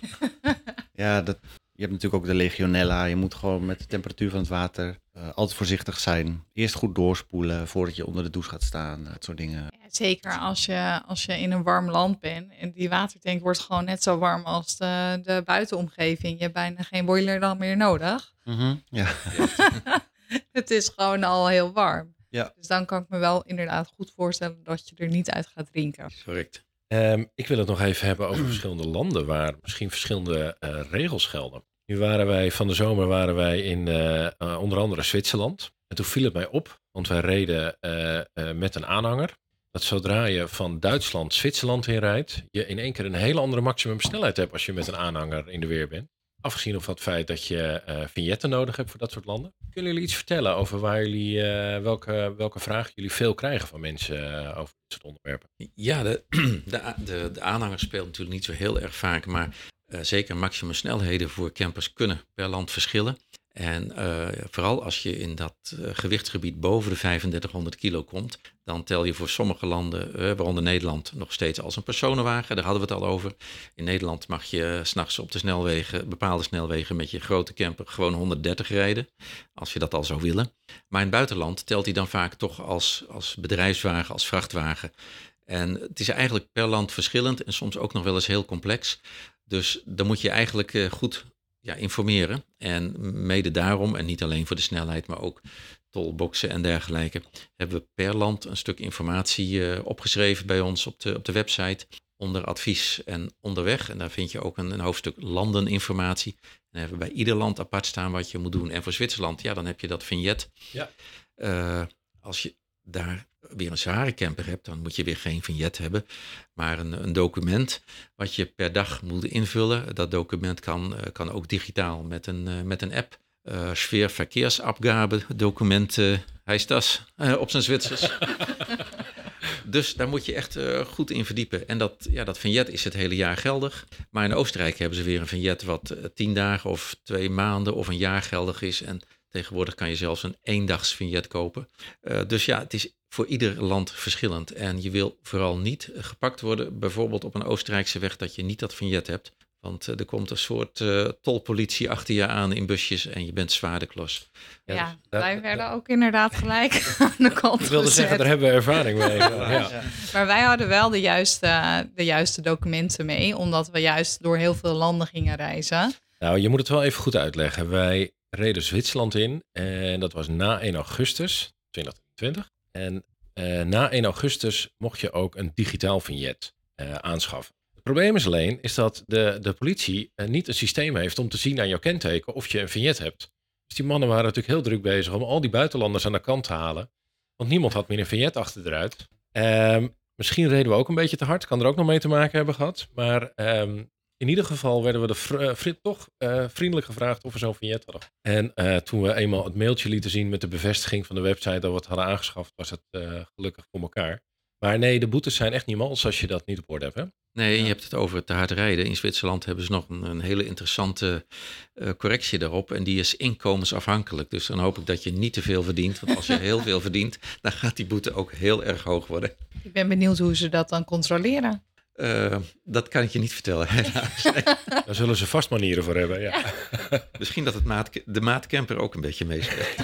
Ja, dat, je hebt natuurlijk ook de legionella. Je moet gewoon met de temperatuur van het water uh, altijd voorzichtig zijn. Eerst goed doorspoelen voordat je onder de douche gaat staan. Dat soort dingen. Ja, zeker als je, als je in een warm land bent. En die watertank wordt gewoon net zo warm als de, de buitenomgeving. Je hebt bijna geen boiler dan meer nodig. Mm-hmm, ja. Het is gewoon al heel warm. Ja. Dus dan kan ik me wel inderdaad goed voorstellen dat je er niet uit gaat drinken. Correct. Um, ik wil het nog even hebben over verschillende landen waar misschien verschillende uh, regels gelden. Nu waren wij van de zomer waren wij in uh, uh, onder andere Zwitserland. En toen viel het mij op, want wij reden uh, uh, met een aanhanger. Dat zodra je van Duitsland Zwitserland in rijdt, je in één keer een hele andere maximumsnelheid hebt als je met een aanhanger in de weer bent. Afgezien van het feit dat je uh, vignetten nodig hebt voor dat soort landen. Kunnen jullie iets vertellen over waar jullie, uh, welke, welke vragen jullie veel krijgen van mensen uh, over dit soort onderwerpen? Ja, de, de, de, de aanhanger speelt natuurlijk niet zo heel erg vaak, maar uh, zeker maximum snelheden voor campers kunnen per land verschillen. En uh, vooral als je in dat uh, gewichtsgebied boven de vijfendertighonderd kilo komt, dan tel je voor sommige landen, uh, waaronder Nederland, nog steeds als een personenwagen. Daar hadden we het al over. In Nederland mag je uh, 's nachts op de snelwegen, bepaalde snelwegen met je grote camper gewoon honderddertig rijden, als je dat al zou willen. Maar in het buitenland telt hij dan vaak toch als, als bedrijfswagen, als vrachtwagen. En het is eigenlijk per land verschillend en soms ook nog wel eens heel complex. Dus dan moet je eigenlijk uh, goed ja, informeren. En mede daarom, en niet alleen voor de snelheid, maar ook tolboxen en dergelijke, hebben we per land een stuk informatie uh, opgeschreven bij ons op de, op de website onder advies en onderweg. En daar vind je ook een, een hoofdstuk landeninformatie. En dan hebben we bij ieder land apart staan wat je moet doen. En voor Zwitserland, ja, dan heb je dat vignet. Ja. Uh, als je daar weer een zware camper hebt, dan moet je weer geen vignet hebben, maar een, een document wat je per dag moet invullen. Dat document kan, uh, kan ook digitaal met een, uh, met een app. Uh, Sfeerverkehrsabgabe document, uh, hij is das, uh, op zijn Zwitsers. Dus daar moet je echt uh, goed in verdiepen. En dat, ja, dat vignet is het hele jaar geldig. Maar in Oostenrijk hebben ze weer een vignet wat uh, tien dagen of twee maanden of een jaar geldig is. En Tegenwoordig kan je zelfs een eendags vignet kopen. Uh, dus ja, het is voor ieder land verschillend. En je wil vooral niet gepakt worden, bijvoorbeeld op een Oostenrijkse weg, dat je niet dat vignet hebt. Want uh, er komt een soort uh, tolpolitie achter je aan in busjes en je bent zwaar de klos. Ja, ja dat, wij werden ook inderdaad gelijk aan de kant Ik wilde gezet. zeggen, daar hebben we ervaring mee. Ja. Ja. Maar wij hadden wel de juiste, de juiste documenten mee, omdat we juist door heel veel landen gingen reizen. Nou, je moet het wel even goed uitleggen. Wij reden Zwitserland in en dat was na één augustus tweeduizend twintig. En uh, na één augustus mocht je ook een digitaal vignet uh, aanschaffen. Het probleem is alleen is dat de, de politie uh, niet een systeem heeft om te zien aan jouw kenteken of je een vignet hebt. Dus die mannen waren natuurlijk heel druk bezig om al die buitenlanders aan de kant te halen. Want niemand had meer een vignet achter de ruit. Um, misschien reden we ook een beetje te hard. Kan er ook nog mee te maken hebben gehad. Maar um, in ieder geval werden we de vr- vr- toch uh, vriendelijk gevraagd of we zo'n vignet hadden. En uh, toen we eenmaal het mailtje lieten zien met de bevestiging van de website dat we het hadden aangeschaft, was het uh, gelukkig voor elkaar. Maar nee, de boetes zijn echt niet mals als je dat niet op orde hebt. Hè? Nee, ja. Je hebt het over te hard rijden. In Zwitserland hebben ze nog een, een hele interessante uh, correctie daarop. En die is inkomensafhankelijk. Dus dan hoop ik dat je niet te veel verdient. Want als je heel veel verdient, dan gaat die boete ook heel erg hoog worden. Ik ben benieuwd hoe ze dat dan controleren. Uh, dat kan ik je niet vertellen, helaas. Nee. Daar zullen ze vast manieren voor hebben, ja. ja. Misschien dat het maat, de maatcamper ook een beetje meespeelt.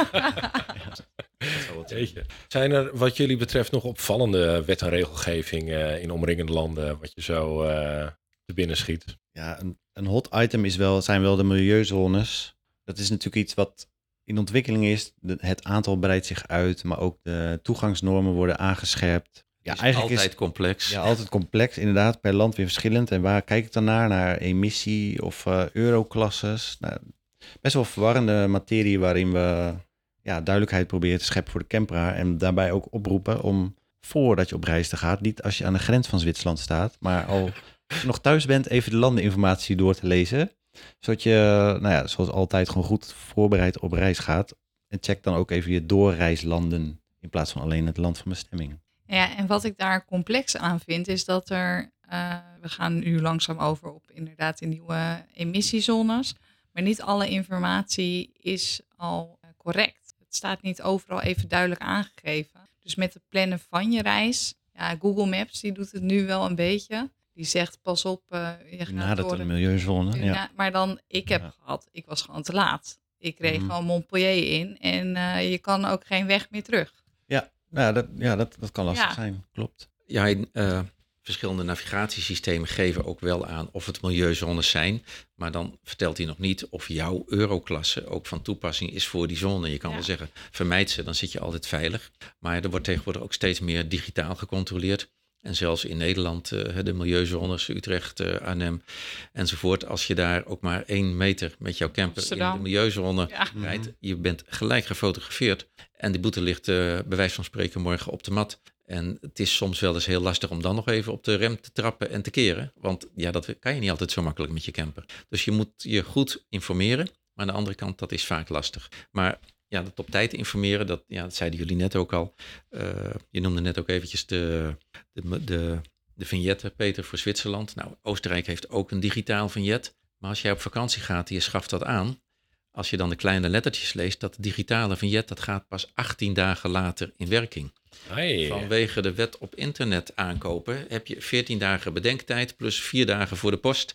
ja, zijn er wat jullie betreft nog opvallende wet en regelgeving uh, in omringende landen wat je zo uh, te binnen schiet? Ja, een, een hot item is wel, zijn wel de milieuzones. Dat is natuurlijk iets wat in ontwikkeling is. De, het aantal breidt zich uit, maar ook de toegangsnormen worden aangescherpt. Ja, eigenlijk altijd is, complex. Ja, altijd complex. Inderdaad, per land weer verschillend. En waar kijk ik dan naar? Naar emissie of uh, euroklasses. Nou, best wel verwarrende materie waarin we ja, duidelijkheid proberen te scheppen voor de camperaar. En daarbij ook oproepen om voordat je op reis te gaat, niet als je aan de grens van Zwitserland staat, maar al als je nog thuis bent, even de landeninformatie door te lezen. Zodat je, nou ja, zoals altijd gewoon goed voorbereid op reis gaat. En check dan ook even je doorreislanden in plaats van alleen het land van bestemming. Ja, en wat ik daar complex aan vind, is dat er, uh, we gaan nu langzaam over op inderdaad die nieuwe emissiezones, maar niet alle informatie is al uh, correct. Het staat niet overal even duidelijk aangegeven. Dus met het plannen van je reis, ja, Google Maps die doet het nu wel een beetje. Die zegt pas op, uh, je gaat Nadat door een milieuzone. Ja. Ja. Maar dan, ik heb ja. gehad, ik was gewoon te laat. Ik reed mm. gewoon Montpellier in en uh, je kan ook geen weg meer terug. Ja. Ja, dat, ja dat, dat kan lastig ja. zijn, klopt. Ja, uh, verschillende navigatiesystemen geven ook wel aan of het milieuzones zijn. Maar dan vertelt hij nog niet of jouw euroklasse ook van toepassing is voor die zone. Je kan ja. wel zeggen, vermijd ze, dan zit je altijd veilig. Maar er wordt tegenwoordig ook steeds meer digitaal gecontroleerd. En zelfs in Nederland, uh, de milieuzones, Utrecht, uh, Arnhem enzovoort. Als je daar ook maar één meter met jouw camper Amsterdam. in de milieuzone ja. rijdt, je bent gelijk gefotografeerd. En die boete ligt uh, bij wijze van spreken morgen op de mat. En het is soms wel eens heel lastig om dan nog even op de rem te trappen en te keren. Want ja, dat kan je niet altijd zo makkelijk met je camper. Dus je moet je goed informeren. Maar aan de andere kant, dat is vaak lastig. Maar ja, dat op tijd informeren, dat, ja, dat zeiden jullie net ook al. Uh, je noemde net ook eventjes de, de, de, de vignetten, Peter, voor Zwitserland. Nou, Oostenrijk heeft ook een digitaal vignet. Maar als jij op vakantie gaat en je schaft dat aan, als je dan de kleine lettertjes leest, dat digitale vignet, dat gaat pas achttien dagen later in werking. Hey. Vanwege de wet op internet aankopen heb je veertien dagen bedenktijd plus vier dagen voor de post.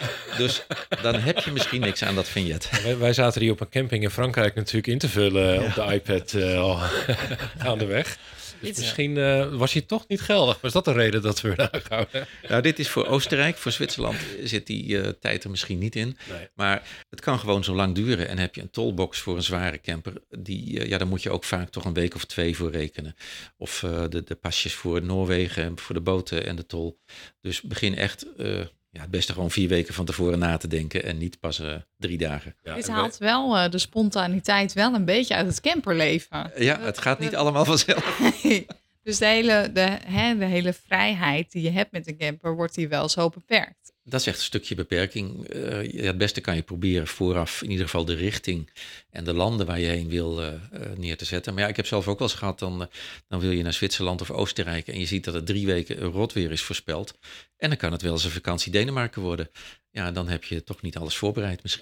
Dus dan heb je misschien niks aan dat vignet. Wij, wij zaten hier op een camping in Frankrijk natuurlijk in te vullen ja. op de iPad uh, al aan de weg. Dus misschien uh, was hij toch niet geldig. Was dat de reden dat we werden aangehouden? Nou, dit is voor Oostenrijk. Voor Zwitserland zit die uh, tijd er misschien niet in. Nee. Maar het kan gewoon zo lang duren. En heb je een tolbox voor een zware camper, die, uh, ja, daar moet je ook vaak toch een week of twee voor rekenen. Of uh, de, de pasjes voor Noorwegen en voor de boten en de tol. Dus begin echt uh, ja, het beste gewoon vier weken van tevoren na te denken en niet pas uh, drie dagen. Ja, Dit haalt wij... wel uh, de spontaniteit wel een beetje uit het camperleven. Ja, het gaat niet uh, allemaal vanzelf. Nee. Dus de hele, de, hè, de hele vrijheid die je hebt met een camper wordt hier wel zo beperkt. Dat is echt een stukje beperking. Uh, ja, het beste kan je proberen vooraf in ieder geval de richting en de landen waar je heen wil uh, uh, neer te zetten. Maar ja, ik heb zelf ook wel eens gehad, dan, uh, dan wil je naar Zwitserland of Oostenrijk en je ziet dat het drie weken rotweer is voorspeld. En dan kan het wel eens een vakantie Denemarken worden. Ja, dan heb je toch niet alles voorbereid misschien.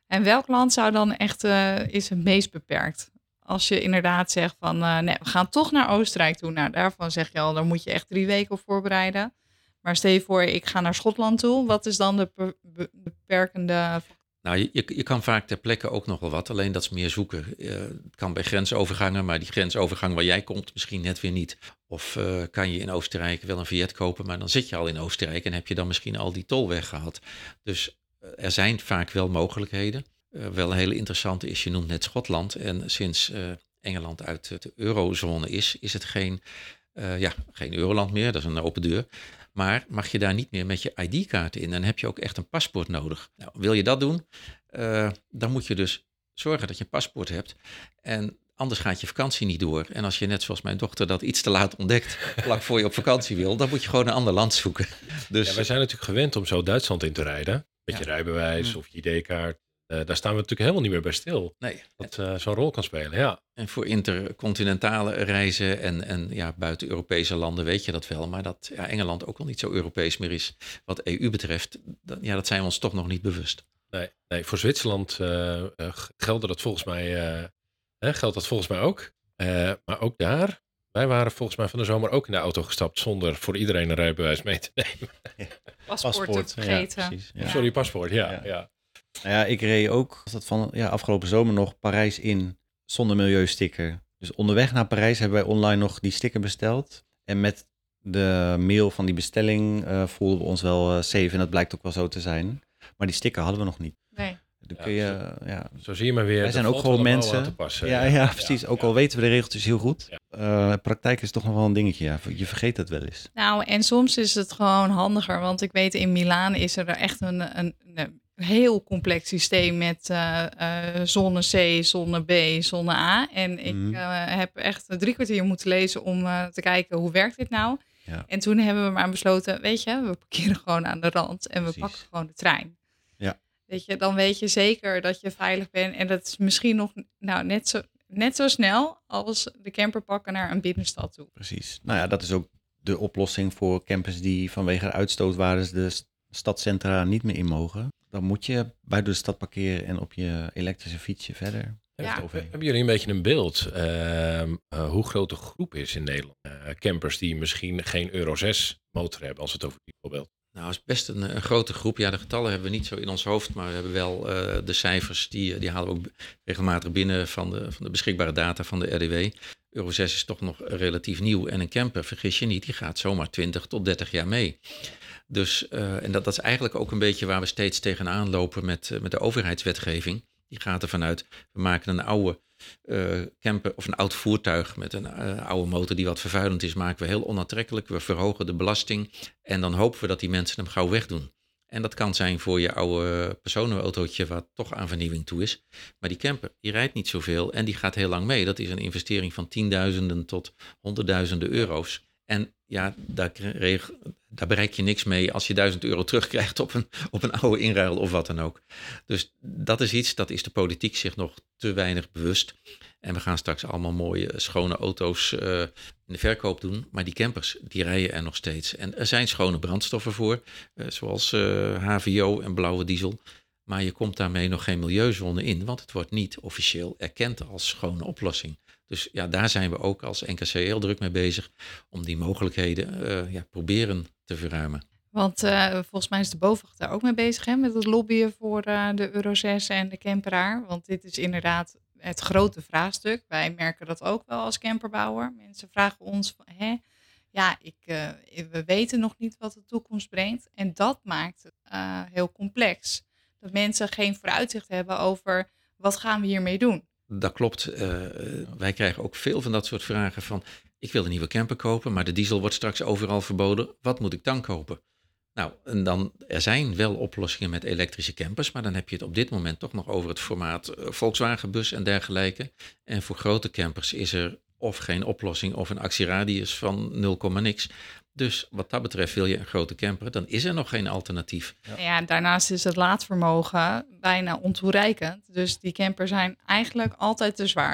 En welk land zou dan echt uh, is het meest beperkt? Als je inderdaad zegt van, uh, nee, we gaan toch naar Oostenrijk toe. Nou, daarvan zeg je al, daar moet je echt drie weken op voorbereiden. Maar stel je voor, ik ga naar Schotland toe. Wat is dan de be- be- beperkende... Nou, je, je kan vaak ter plekke ook nog wel wat, alleen dat is meer zoeken. Uh, het kan bij grensovergangen, maar die grensovergang waar jij komt misschien net weer niet. Of uh, kan je in Oostenrijk wel een biljet kopen, maar dan zit je al in Oostenrijk en heb je dan misschien al die tol weggehad. Dus uh, er zijn vaak wel mogelijkheden. Uh, wel een hele interessante is, je noemt net Schotland. En sinds uh, Engeland uit de eurozone is, is het geen, uh, ja, geen euroland meer, dat is een open deur. Maar mag je daar niet meer met je I D-kaart in. Dan heb je ook echt een paspoort nodig. Nou, wil je dat doen, uh, dan moet je dus zorgen dat je een paspoort hebt. En anders gaat je vakantie niet door. En als je net zoals mijn dochter dat iets te laat ontdekt, vlak voor je op vakantie wil, dan moet je gewoon een ander land zoeken. Dus, ja, wij zijn natuurlijk gewend om zo Duitsland in te rijden. Met ja. je rijbewijs mm. of je I D-kaart. Uh, daar staan we natuurlijk helemaal niet meer bij stil. Nee. Dat uh, zo'n rol kan spelen, ja. En voor intercontinentale reizen en, en ja, buiten Europese landen weet je dat wel. Maar dat ja, Engeland ook al niet zo Europees meer is wat E U betreft. Dat, ja, dat zijn we ons toch nog niet bewust. Nee, nee voor Zwitserland uh, uh, geldt dat volgens mij, uh, hè, geldt dat volgens mij ook. Uh, maar ook daar, wij waren volgens mij van de zomer ook in de auto gestapt zonder voor iedereen een rijbewijs mee te nemen. Ja. Paspoort, paspoort vergeten. Ja, precies, ja. Sorry, paspoort, ja. ja. ja. Nou ja, ik reed ook was dat van ja, afgelopen zomer nog Parijs in zonder milieusticker. Dus onderweg naar Parijs hebben wij online nog die sticker besteld. En met de mail van die bestelling uh, voelden we ons wel uh, safe. En dat blijkt ook wel zo te zijn. Maar die sticker hadden we nog niet. Nee. Dan kun je, uh, ja. Zo zie je maar weer. Wij zijn ook gewoon mensen. Passen, ja, ja, ja, precies. Ja, ook ja. al weten we de regeltjes heel goed. Ja. Uh, praktijk is toch nog wel een dingetje. Ja. Je vergeet dat wel eens. Nou, en soms is het gewoon handiger. Want ik weet, in Milaan is er echt een... een, een heel complex systeem met uh, uh, zone C, zone B, zone A. En ik mm. uh, heb echt drie kwartier moeten lezen om uh, te kijken hoe werkt dit nou. Ja. En toen hebben we maar besloten, weet je, we parkeren gewoon aan de rand en we Precies. pakken gewoon de trein. Ja. Weet je, dan weet je zeker dat je veilig bent. En dat is misschien nog nou, net, zo, net zo snel als de camper pakken naar een binnenstad toe. Precies. Nou ja, dat is ook de oplossing voor campers die vanwege de uitstootwaardes de stadcentra niet meer in mogen. Dan moet je buiten de stad parkeren en op je elektrische fietsje verder. Ja. Hebben jullie een beetje een beeld uh, uh, hoe groot de groep is in Nederland? Uh, campers die misschien geen Euro zes motor hebben, als het over die voorbeeld. Nou, het is best een, een grote groep. Ja, de getallen hebben we niet zo in ons hoofd, maar we hebben wel uh, de cijfers, die, die halen we ook regelmatig binnen van de, van de beschikbare data van de R D W. Euro zes is toch nog relatief nieuw en een camper, vergis je niet, die gaat zomaar twintig tot dertig jaar mee. Dus, uh, en dat, dat is eigenlijk ook een beetje waar we steeds tegenaan lopen met, uh, met de overheidswetgeving. Die gaat ervan uit, we maken een oude uh, camper of een oud voertuig met een uh, oude motor die wat vervuilend is, maken we heel onaantrekkelijk. We verhogen de belasting en dan hopen we dat die mensen hem gauw wegdoen. En dat kan zijn voor je oude personenautootje wat toch aan vernieuwing toe is. Maar die camper, die rijdt niet zoveel en die gaat heel lang mee. Dat is een investering van tienduizenden tot honderdduizenden euro's. En ja, daar, kreeg, daar bereik je niks mee als je duizend euro terugkrijgt op een, op een oude inruil of wat dan ook. Dus dat is iets, dat is de politiek zich nog te weinig bewust. En we gaan straks allemaal mooie, schone auto's uh, in de verkoop doen. Maar die campers, die rijden er nog steeds. En er zijn schone brandstoffen voor, uh, zoals uh, H V O en blauwe diesel. Maar je komt daarmee nog geen milieuzone in, want het wordt niet officieel erkend als schone oplossing. Dus ja, daar zijn we ook als N K C heel druk mee bezig om die mogelijkheden uh, ja, proberen te verruimen. Want uh, volgens mij is de BOVAG daar ook mee bezig, hè, met het lobbyen voor uh, de Euro zes en de camperaar. Want dit is inderdaad het grote vraagstuk. Wij merken dat ook wel als camperbouwer. Mensen vragen ons, van, hè, ja, ik, uh, we weten nog niet wat de toekomst brengt. En dat maakt het uh, heel complex. Dat mensen geen vooruitzicht hebben over wat gaan we hiermee doen. Dat klopt. Uh, wij krijgen ook veel van dat soort vragen van, ik wil een nieuwe camper kopen, maar de diesel wordt straks overal verboden. Wat moet ik dan kopen? Nou, en dan, er zijn wel oplossingen met elektrische campers, maar dan heb je het op dit moment toch nog over het formaat uh, Volkswagen bus en dergelijke. En voor grote campers is er of geen oplossing of een actieradius van nul komma niks. Dus wat dat betreft wil je een grote camper, dan is er nog geen alternatief. Ja, ja, daarnaast is het laadvermogen bijna ontoereikend. Dus die campers zijn eigenlijk altijd te zwaar dan.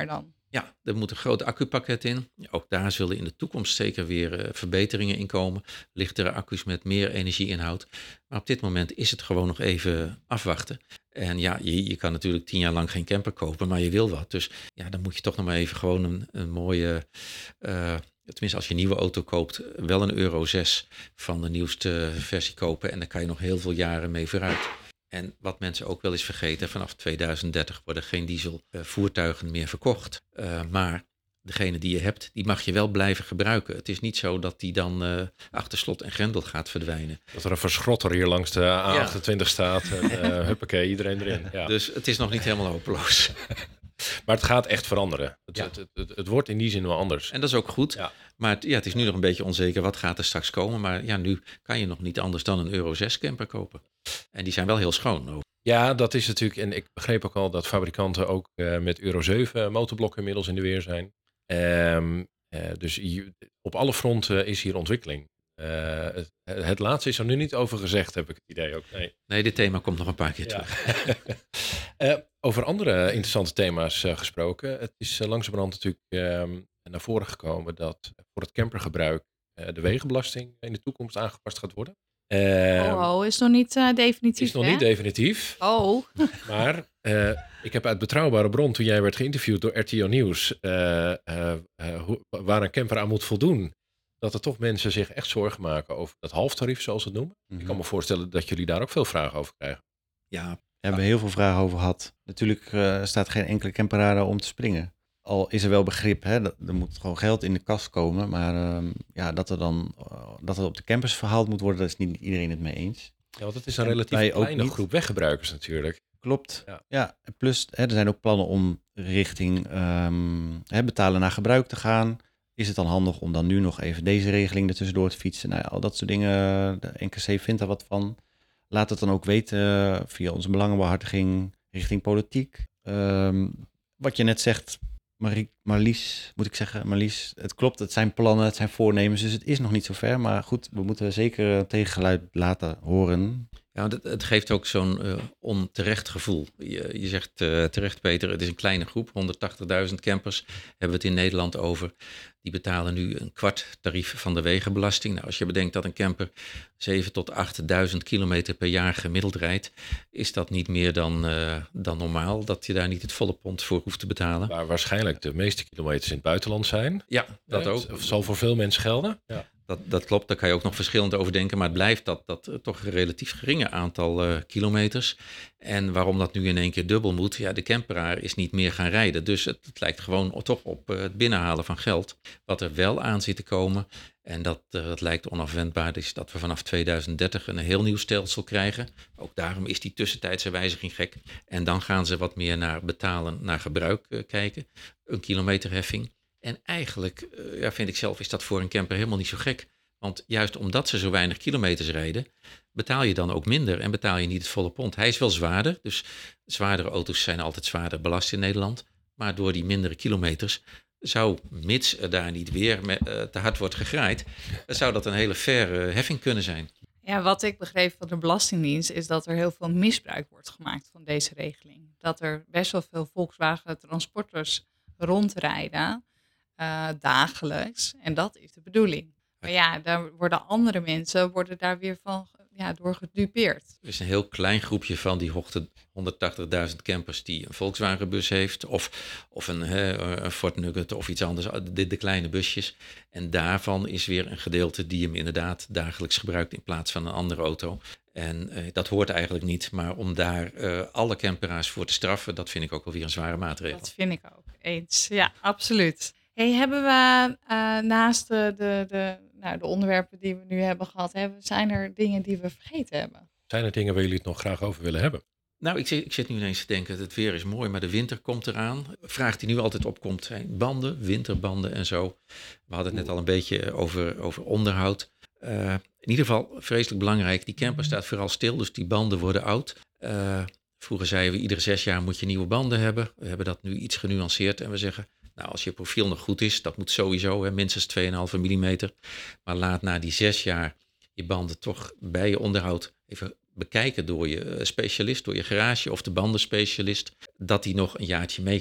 Ja, er moet een groot accupakket in. Ook daar zullen in de toekomst zeker weer uh, verbeteringen in komen. Lichtere accu's met meer energieinhoud. Maar op dit moment is het gewoon nog even afwachten. En ja, je, je kan natuurlijk tien jaar lang geen camper kopen, maar je wil wat. Dus ja, dan moet je toch nog maar even gewoon een, een mooie... Uh, tenminste, als je een nieuwe auto koopt, wel een Euro zes van de nieuwste versie kopen. En daar kan je nog heel veel jaren mee vooruit. En wat mensen ook wel eens vergeten, vanaf tweeduizend dertig worden geen diesel uh, voertuigen meer verkocht. Uh, maar degene die je hebt, die mag je wel blijven gebruiken. Het is niet zo dat die dan uh, achter slot en grendel gaat verdwijnen. Dat er een verschrotter hier langs de A achtentwintig ja. staat. En uh, huppakee, iedereen erin. Ja. Dus het is nog niet helemaal hopeloos. Maar het gaat echt veranderen. Het, ja. het, het, het, het wordt in die zin wel anders. En dat is ook goed. Ja. Maar het, ja, het is nu nog een beetje onzeker. Wat gaat er straks komen? Maar ja, nu kan je nog niet anders dan een Euro zes camper kopen. En die zijn wel heel schoon. Ja, dat is natuurlijk... En ik begreep ook al dat fabrikanten ook uh, met Euro zeven motorblokken inmiddels in de weer zijn. Um, uh, dus hier, op alle fronten is hier ontwikkeling. Uh, het, het laatste is er nu niet over gezegd, heb ik het idee ook. Nee, nee dit thema komt nog een paar keer ja. terug. uh, over andere interessante thema's uh, gesproken. Het is uh, langzamerhand natuurlijk uh, naar voren gekomen dat voor het campergebruik uh, de wegenbelasting in de toekomst aangepast gaat worden. Uh, oh, oh, is nog niet uh, definitief, Is nog hè? niet definitief. Oh. Maar uh, ik heb uit betrouwbare bron, toen jij werd geïnterviewd door R T O Nieuws, uh, uh, uh, hoe, waar een camper aan moet voldoen, dat er toch mensen zich echt zorgen maken over dat halftarief, zoals ze het noemen. Mm-hmm. Ik kan me voorstellen dat jullie daar ook veel vragen over krijgen. Ja, daar hebben we heel veel vragen over gehad. Natuurlijk uh, staat geen enkele camperradar om te springen. Al is er wel begrip, hè, dat, er moet gewoon geld in de kas komen. Maar uh, ja, dat er dan uh, dat er op de campers verhaald moet worden, daar is niet iedereen het mee eens. Ja, want het is een relatief kleine groep weggebruikers natuurlijk. Klopt. Ja, ja. Plus hè, er zijn ook plannen om richting um, hè, betalen naar gebruik te gaan. Is het dan handig om dan nu nog even deze regeling ertussendoor te fietsen? Nou ja, al dat soort dingen. De N K C vindt daar wat van. Laat het dan ook weten uh, via onze belangenbehartiging richting politiek. Um, wat je net zegt, Marie, Marlies, moet ik zeggen, Marlies, het klopt, het zijn plannen, het zijn voornemens, dus het is nog niet zo ver. Maar goed, we moeten zeker een tegengeluid laten horen. Ja, het, het geeft ook zo'n uh, onterecht gevoel. Je, je zegt uh, terecht, Peter, het is een kleine groep, honderdtachtigduizend campers hebben we het in Nederland over. Die betalen nu een kwart tarief van de wegenbelasting. Nou, als je bedenkt dat een camper zeven tot achtduizend kilometer per jaar gemiddeld rijdt, is dat niet meer dan, uh, dan normaal, dat je daar niet het volle pond voor hoeft te betalen. Waar waarschijnlijk de meeste kilometers in het buitenland zijn. Ja, dat ook. Het zal voor veel mensen gelden. Ja. Dat, dat klopt, daar kan je ook nog verschillend over denken, maar het blijft dat, dat uh, toch een relatief geringe aantal uh, kilometers. En waarom dat nu in één keer dubbel moet, ja, de camperaar is niet meer gaan rijden. Dus het, het lijkt gewoon toch op uh, het binnenhalen van geld. Wat er wel aan zit te komen, en dat, uh, dat lijkt onafwendbaar, is dat we vanaf tweeduizend dertig een heel nieuw stelsel krijgen. Ook daarom is die tussentijdse wijziging gek. En dan gaan ze wat meer naar betalen, naar gebruik uh, kijken. Een kilometerheffing. En eigenlijk, uh, ja, vind ik zelf, is dat voor een camper helemaal niet zo gek. Want juist omdat ze zo weinig kilometers rijden, betaal je dan ook minder en betaal je niet het volle pond. Hij is wel zwaarder, dus zwaardere auto's zijn altijd zwaarder belast in Nederland. Maar door die mindere kilometers zou, mits er daar niet weer met, uh, te hard wordt gegraaid, zou dat een hele faire heffing kunnen zijn. Ja, wat ik begreep van de Belastingdienst is dat er heel veel misbruik wordt gemaakt van deze regeling. Dat er best wel veel Volkswagen transporters rondrijden, uh, dagelijks. En dat is de bedoeling. Maar ja, daar worden andere mensen worden daar weer van ja, door gedupeerd. Er is een heel klein groepje van die honderdtachtigduizend campers die een Volkswagenbus heeft. Of, of een, he, een Ford Nugget of iets anders. De, de kleine busjes. En daarvan is weer een gedeelte die hem inderdaad dagelijks gebruikt in plaats van een andere auto. En uh, dat hoort eigenlijk niet. Maar om daar uh, alle camperaars voor te straffen, dat vind ik ook wel weer een zware maatregel. Dat vind ik ook. Eens. Ja, absoluut. Hey, hebben we uh, naast de, de, de, nou, de onderwerpen die we nu hebben gehad, hebben, zijn er dingen die we vergeten hebben? Zijn er dingen waar jullie het nog graag over willen hebben? Nou, ik zit, ik zit nu ineens te denken, het weer is mooi, maar de winter komt eraan. Vraag die nu altijd opkomt zijn banden, winterbanden en zo. We hadden het net al een beetje over, over onderhoud. Uh, in ieder geval vreselijk belangrijk, die camper staat vooral stil, dus die banden worden oud. Uh, vroeger zeiden we, iedere zes jaar moet je nieuwe banden hebben. We hebben dat nu iets genuanceerd en we zeggen, nou, als je profiel nog goed is, dat moet sowieso, hè, minstens twee komma vijf millimeter. Maar laat na die zes jaar je banden toch bij je onderhoud even bekijken door je specialist, door je garage of de bandenspecialist, dat die nog een jaartje mee kan.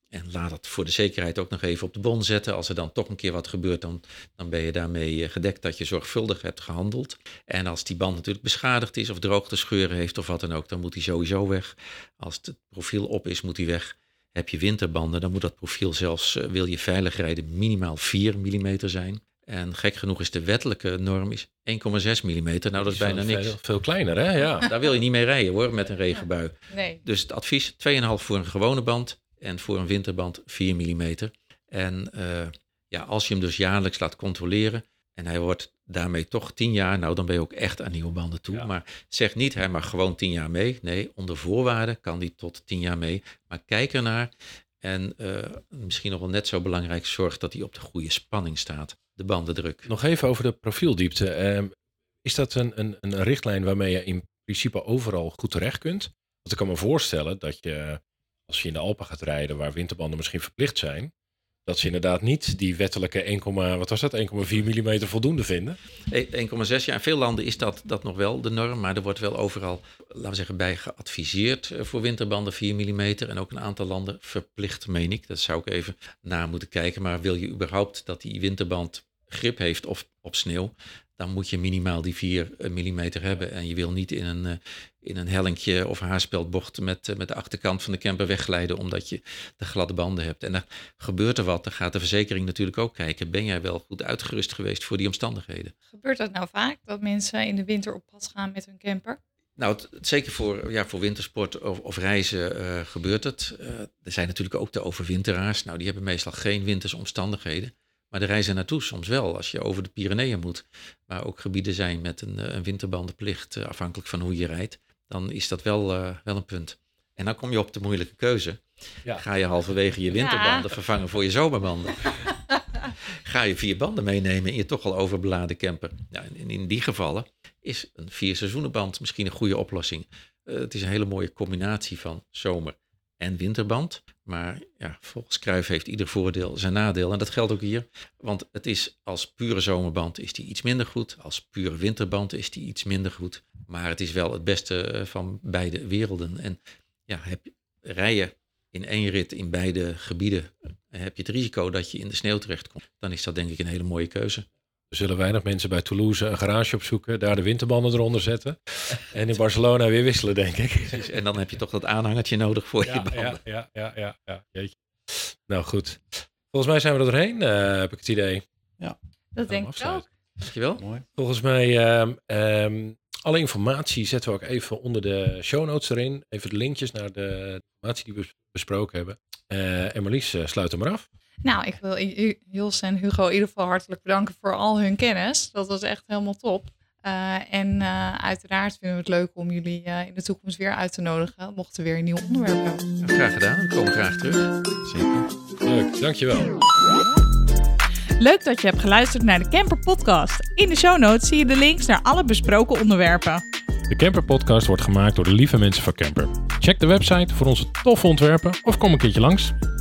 En laat het voor de zekerheid ook nog even op de bon zetten. Als er dan toch een keer wat gebeurt, dan, dan ben je daarmee gedekt dat je zorgvuldig hebt gehandeld. En als die band natuurlijk beschadigd is of droogtescheuren heeft of wat dan ook, dan moet die sowieso weg. Als het profiel op is, moet die weg. Heb je winterbanden, dan moet dat profiel zelfs, uh, wil je veilig rijden, minimaal vier millimeter zijn. En gek genoeg is de wettelijke norm is één komma zes millimeter. Nou, dat is bijna niks. Veel, veel kleiner, hè? Ja. Daar wil je niet mee rijden, hoor, met een regenbui. Nee. Dus het advies, twee komma vijf voor een gewone band en voor een winterband vier millimeter. En uh, ja, als je hem dus jaarlijks laat controleren en hij wordt daarmee toch tien jaar, nou, dan ben je ook echt aan nieuwe banden toe. Ja. Maar zeg niet, hij mag gewoon tien jaar mee. Nee, onder voorwaarden kan die tot tien jaar mee. Maar kijk ernaar. En uh, misschien nog wel net zo belangrijk, zorg dat hij op de goede spanning staat. De bandendruk. Nog even over de profieldiepte. Uh, is dat een, een, een richtlijn waarmee je in principe overal goed terecht kunt? Want ik kan me voorstellen dat je, als je in de Alpen gaat rijden, waar winterbanden misschien verplicht zijn, dat ze inderdaad niet die wettelijke één, wat was dat, één komma vier millimeter voldoende vinden. één komma zes, ja. In veel landen is dat, dat nog wel de norm, maar er wordt wel overal, laten we zeggen, bij geadviseerd voor winterbanden vier millimeter. En ook een aantal landen verplicht, meen ik. Dat zou ik even na moeten kijken. Maar wil je überhaupt dat die winterband grip heeft op, op sneeuw, dan moet je minimaal die vier millimeter hebben. En je wil niet in een, in een hellinkje of haarspeldbocht met, met de achterkant van de camper wegglijden, omdat je de gladde banden hebt. En dan gebeurt er wat. Dan gaat de verzekering natuurlijk ook kijken. Ben jij wel goed uitgerust geweest voor die omstandigheden? Gebeurt dat nou vaak, dat mensen in de winter op pad gaan met hun camper? Nou, het, het, zeker voor, ja, voor wintersport of, of reizen uh, gebeurt het. Uh, er zijn natuurlijk ook de overwinteraars. Nou, die hebben meestal geen winterse omstandigheden. Maar de reizen naartoe soms wel, als je over de Pyreneeën moet. Waar ook gebieden zijn met een, een winterbandenplicht, uh, afhankelijk van hoe je rijdt. Dan is dat wel, uh, wel een punt. En dan kom je op de moeilijke keuze. Ja. Ga je halverwege je winterbanden ja. vervangen voor je zomerbanden? Ga je vier banden meenemen in je toch al overbeladen camper? Nou, in, in die gevallen is een vier seizoenenband misschien een goede oplossing. Uh, het is een hele mooie combinatie van zomer en winterband. Maar ja, volgens Cruyff heeft ieder voordeel zijn nadeel. En dat geldt ook hier. Want het is als pure zomerband is die iets minder goed. Als pure winterband is die iets minder goed. Maar het is wel het beste van beide werelden. En ja, heb, rij je in één rit in beide gebieden, heb je het risico dat je in de sneeuw terechtkomt. Dan is dat denk ik een hele mooie keuze. Er zullen weinig mensen bij Toulouse een garage opzoeken, daar de winterbanden eronder zetten en in Barcelona weer wisselen, denk ik. Precies, en dan heb je toch dat aanhangertje nodig voor ja, je banden. Ja, ja, ja, ja, ja. Jeetje. Nou goed, volgens mij zijn we er doorheen, uh, heb ik het idee. Ja, dat denk ik ook. Dankjewel. Mooi. Volgens mij, um, um, alle informatie zetten we ook even onder de show notes erin. Even de linkjes naar de informatie die we besproken hebben. Uh, en Marlies, uh, sluit hem maar af. Nou, ik wil Jos en Hugo in ieder geval hartelijk bedanken voor al hun kennis. Dat was echt helemaal top. Uh, en uh, uiteraard vinden we het leuk om jullie uh, in de toekomst weer uit te nodigen, mochten we weer een nieuw onderwerp hebben. Nou, graag gedaan, we komen graag terug. Zeker. Leuk, dankjewel. Leuk dat je hebt geluisterd naar de Camper Podcast. In de show notes zie je de links naar alle besproken onderwerpen. De Camper Podcast wordt gemaakt door de lieve mensen van Camper. Check de website voor onze toffe ontwerpen of kom een keertje langs.